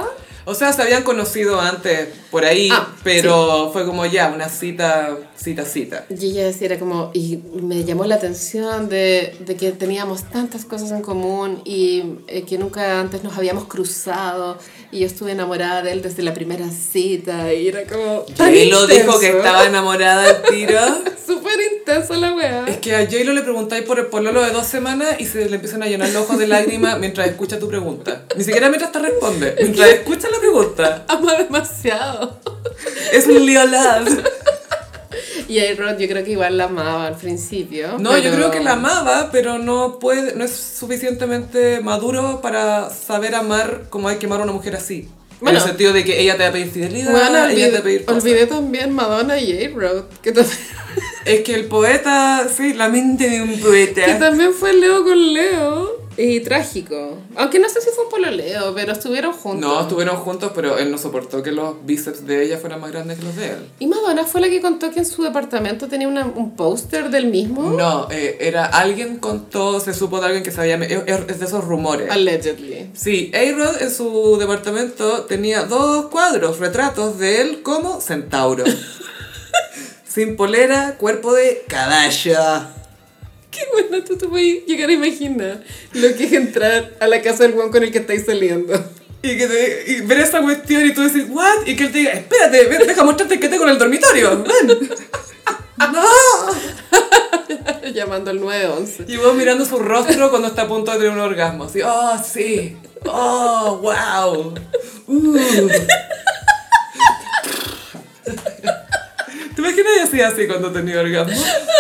O sea, se habían conocido antes por ahí, pero fue como ya, una cita. Y ella decía, era como, y me llamó la atención de que teníamos tantas cosas en común y que nunca antes nos habíamos cruzado y yo estuve enamorada de él desde la primera cita y era como... J-Lo dijo que estaba enamorada del tiro. Súper intensa la weá. Es que a J-Lo le preguntáis por el pololo de 2 semanas y se le empiezan a llenar los ojos de lágrimas mientras escucha tu pregunta. Ni siquiera mientras te responde, mientras escucha la pregunta. Ama demasiado. Es un Leo Love. Y A-Rod yo creo que igual la amaba al principio. No, yo creo que la amaba, pero no es suficientemente maduro para saber amar como hay que amar a una mujer así. Bueno, en el sentido de que ella te va a pedir fidelidad, bueno, ella te va a pedir cosas. Olvidé también Madonna y A-Rod, que también... Es que el poeta, sí, la mente de un poeta. Que también fue Leo con Leo. Y trágico. Aunque no sé si fue un pololeo, pero estuvieron juntos. No, estuvieron juntos, pero él no soportó que los bíceps de ella fueran más grandes que los de él. ¿Y Madonna fue la que contó que en su departamento tenía un póster del mismo? No, era alguien contó, se supo de alguien que sabía, es de esos rumores. Allegedly. Sí, A-Rod en su departamento tenía 2 cuadros, retratos de él como centauro. Sin polera, cuerpo de caballo. Qué bueno, tú te puedes llegar a imaginar lo que es entrar a la casa del weón con el que estáis saliendo. Y ver esa cuestión y tú decís, ¿what? Y que él te diga, espérate, deja mostrarte que tengo en el dormitorio. Ven. ¡No! Llamando al 911. Y vos mirando su rostro cuando está a punto de tener un orgasmo. Así, oh, sí. Oh, wow. ¿Te imaginas que hacía así cuando tenía orgasmo?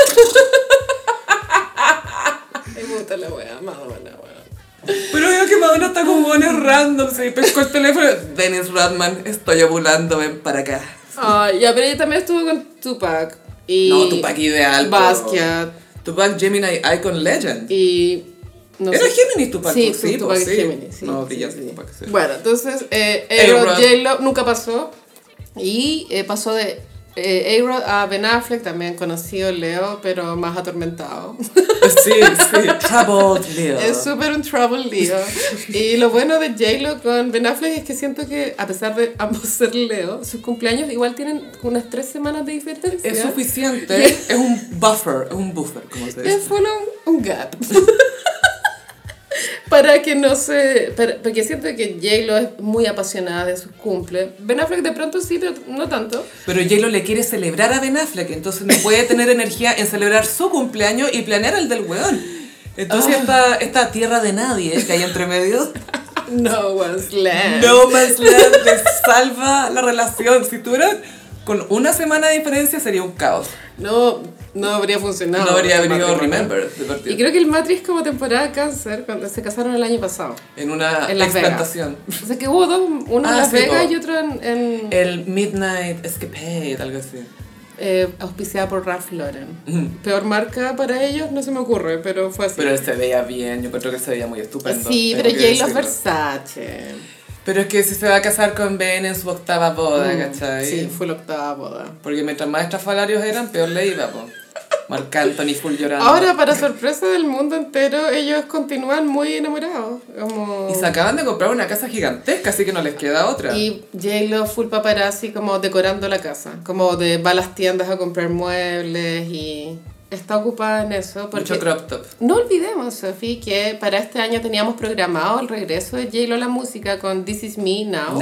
Me gusta la wea, Madonna, wea. Pero veo que Madonna está con buenos random, se pescó el teléfono. Dennis Rodman, estoy ovulando, ven para acá. Ya, pero ella también estuvo con Tupac. No, Tupac ideal. Basquiat. Tupac Gemini Icon Legend. Y... No ¿Era Géminis Tupac? Sí, Tupac es Géminis. Sí, no, brillante Tupac. Sí. Bueno, entonces, A-Rod, J-Lo nunca pasó. Y pasó de... A-Rod a Ben Affleck, también conocido Leo, pero más atormentado. Sí, Troubled Leo. Es súper un Troubled Leo. Y lo bueno de J-Lo con Ben Affleck es que siento que, a pesar de ambos ser Leo, sus cumpleaños igual tienen unas 3 semanas de diferencia. Es suficiente, es un buffer, como se dice. Es solo un gap. Para que no se... Porque siento que J-Lo es muy apasionada de sus cumples. Ben Affleck de pronto sí, pero no tanto. Pero J-Lo le quiere celebrar a Ben Affleck, entonces no puede tener energía en celebrar su cumpleaños y planear el del weón. Entonces esta tierra de nadie que hay entre medio... No Man's Land. No Man's Land le salva la relación. Si tuvieran con una semana de diferencia sería un caos. No habría funcionado. No habría venido Remember de partida. Y creo que el Matrix como temporada Cáncer, cuando se casaron el año pasado. En una explantación. O sea que hubo dos, uno en Las Vegas y otro en... El Midnight Escapade, algo así. Auspiciada por Ralph Lauren. Peor marca para ellos, no se me ocurre, pero fue así. Pero él se veía bien, yo creo que se veía muy estupendo. Sí, pero J-Lo es Versace. Pero es que si se va a casar con Ben en su 8ª boda, ¿cachai? Sí, fue la 8ª boda. Porque mientras más estrafalarios eran, peor le iba, po. Marc Anthony full llorando. Ahora, para sorpresa del mundo entero, ellos continúan muy enamorados. Como... Y se acaban de comprar una casa gigantesca, así que no les queda otra. Y J-Lo full paparazzi como decorando la casa. Como va a las tiendas a comprar muebles y... Está ocupada en eso. Porque mucho crop top. No olvidemos, Sophie, que para este año teníamos programado el regreso de J-Lo a la música con This Is Me Now.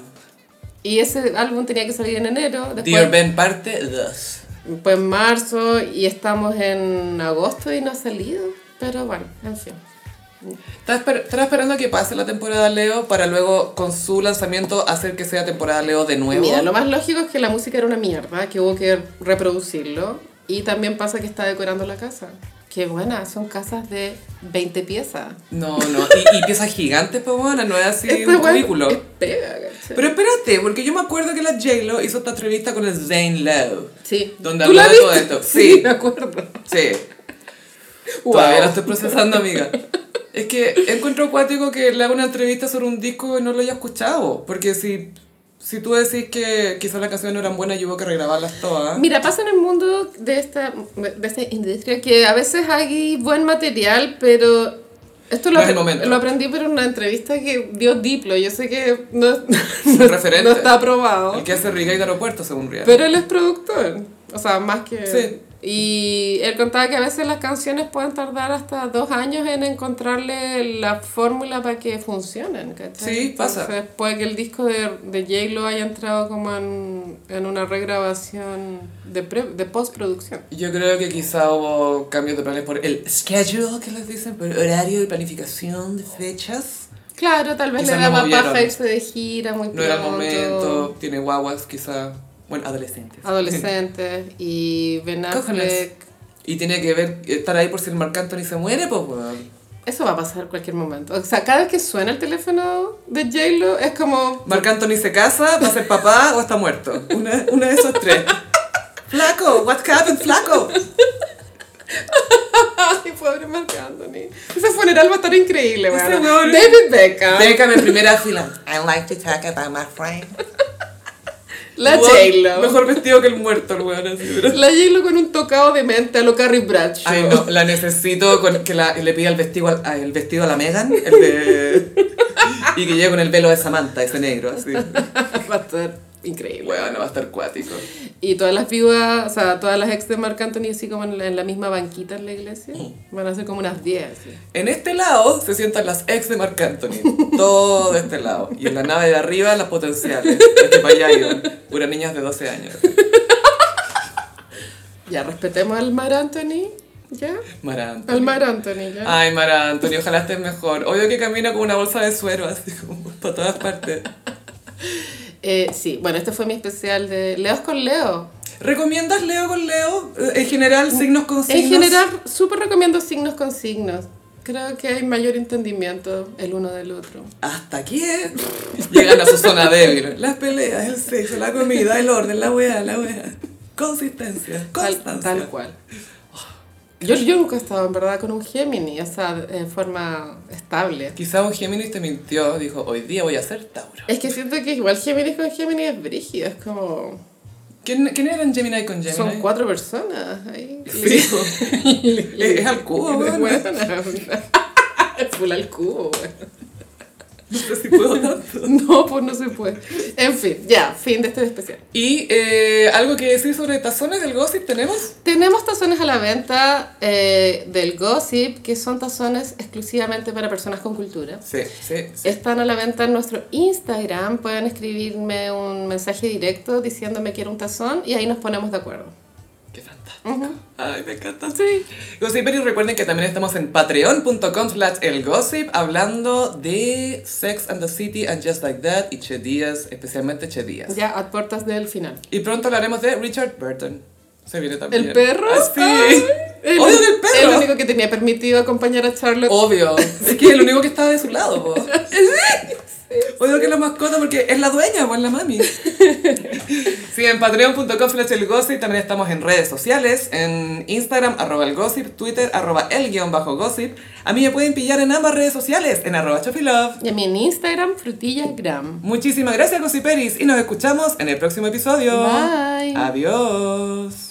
Y ese álbum tenía que salir en enero. Después, Dear Ben parte 2. Pues en marzo y estamos en agosto y no ha salido. Pero bueno, en fin. Estaba esperando a que pase la temporada Leo para luego con su lanzamiento hacer que sea temporada Leo de nuevo. Mira, lo más lógico es que la música era una mierda, que hubo que reproducirlo. Y también pasa que está decorando la casa. Qué buena, son casas de 20 piezas. No, y piezas gigantes, pues bueno, no es así un cubículo. Pero espérate, porque yo me acuerdo que la J-Lo hizo esta entrevista con el Zane Lowe. Sí. Donde habló de todo esto. Sí, me acuerdo. Sí. Wow. Todavía lo estoy procesando, amiga. Es que encuentro acuático que le haga una entrevista sobre un disco y no lo haya escuchado. Porque si tú decís que quizás las canciones no eran buenas y hubo que regrabarlas todas. Mira, pasa en el mundo de esta industria que a veces hay buen material, pero Esto no es el momento. Lo aprendí por una entrevista que dio Diplo. Yo sé que no referente. No está aprobado. El que hace reggae de aeropuerto, según Rihanna. Pero él es productor. O sea, más que... Sí. Y él contaba que a veces las canciones pueden tardar hasta 2 años en encontrarle la fórmula para que funcionen, ¿cachai? Sí, pasa. Entonces puede que el disco de J-Lo haya entrado como en una regrabación de postproducción. Yo creo que quizá hubo cambios de planes por el schedule, que les dicen, por horario de planificación de fechas. Claro, tal vez Quizá le daba no paja irse de gira muy pronto. No era el momento, tiene guaguas quizá, bueno, adolescentes. Adolescentes y Ben Affleck. Y tiene que ver, estar ahí por si el Marc Anthony se muere, pues weón. Eso va a pasar en cualquier momento. O sea, cada vez que suena el teléfono de J-Lo es como... Marc Anthony se casa, va a ser papá o está muerto. Una de esos tres. Flaco, what happened, flaco? Ay, pobre Marc Anthony. Ese funeral va a estar increíble, Ese weón. weón. David Beckham. Beckham en primera fila. I like to talk about my friend. La J-Lo. Mejor vestido que el muerto, el weón, así, pero... La J-Lo con un tocado de mente a lo Carrie Bradshaw. Ay, no, la necesito con que le pida el vestido a la Megan, el de... y que llegue con el velo de Samantha, ese negro, así. Va a estar increíble. Bueno, va a estar cuático. Y todas las viudas, o sea, todas las ex de Marc Anthony así como en la misma banquita en la iglesia, van a ser como unas 10, así. En este lado se sientan las ex de Marc Anthony, todo de este lado. Y en la nave de arriba las potenciales, este para allá iban, puras niñas de 12 años. Ya, respetemos al Mar Anthony, ¿ya? Mar Anthony. Al Mar Anthony, ¿ya? Ay, Mar Anthony, ojalá estés mejor. Obvio que camina con una bolsa de suero, así como para todas partes. Sí, bueno, este fue mi especial de Leos con Leo. ¿Recomiendas Leo con Leo? En general, signos con signos. En general, súper recomiendo signos con signos. Creo que hay mayor entendimiento el uno del otro. ¿Hasta qué? Llegan a su zona débil. Las peleas, el sexo, la comida, el orden, la weá. Consistencia, constancia. Tal cual. Yo nunca he estado en verdad con un Géminis, o sea, en forma estable. Quizá un Géminis te mintió, dijo, hoy día voy a ser Tauro. Es que siento que igual Géminis con Géminis es brígido, es como... ¿Quién eran Gemini con Gemini? Son 4 personas ahí. Sí, es al cubo, weón. Es full al cubo, weón. No sé si puedo tanto. No, pues no se puede. En fin, ya, fin de este especial. Y algo que decir sobre tazones del Gossip tenemos. Tenemos tazones a la venta del Gossip, que son tazones exclusivamente para personas con cultura. Sí. Están a la venta en nuestro Instagram. Pueden escribirme un mensaje directo diciéndome quiero un tazón y ahí nos ponemos de acuerdo. Qué fantástico. Ay, me encanta. Sí. Gossiperis, recuerden que también estamos en patreon.com/elgossip hablando de Sex and the City and Just Like That y Che Díaz, especialmente Che Díaz. Ya a puertas del final. Y pronto hablaremos de Richard Burton. Se viene también. ¿El perro? Ah, sí. Ay, Obvio que el perro. El único que tenía permitido acompañar a Charlotte. Obvio. Es que es el único que estaba de su lado, po. Obvio que es la mascota porque es la dueña, pues la mami. Sí, en patreon.com/elgossip también estamos en redes sociales, en Instagram, @elgossip, Twitter, @el_gossip. A mí me pueden pillar en ambas redes sociales, en @chofilove. Y a mí en Instagram, frutillagram. Muchísimas gracias, Gossiperis, y nos escuchamos en el próximo episodio. Bye. Adiós.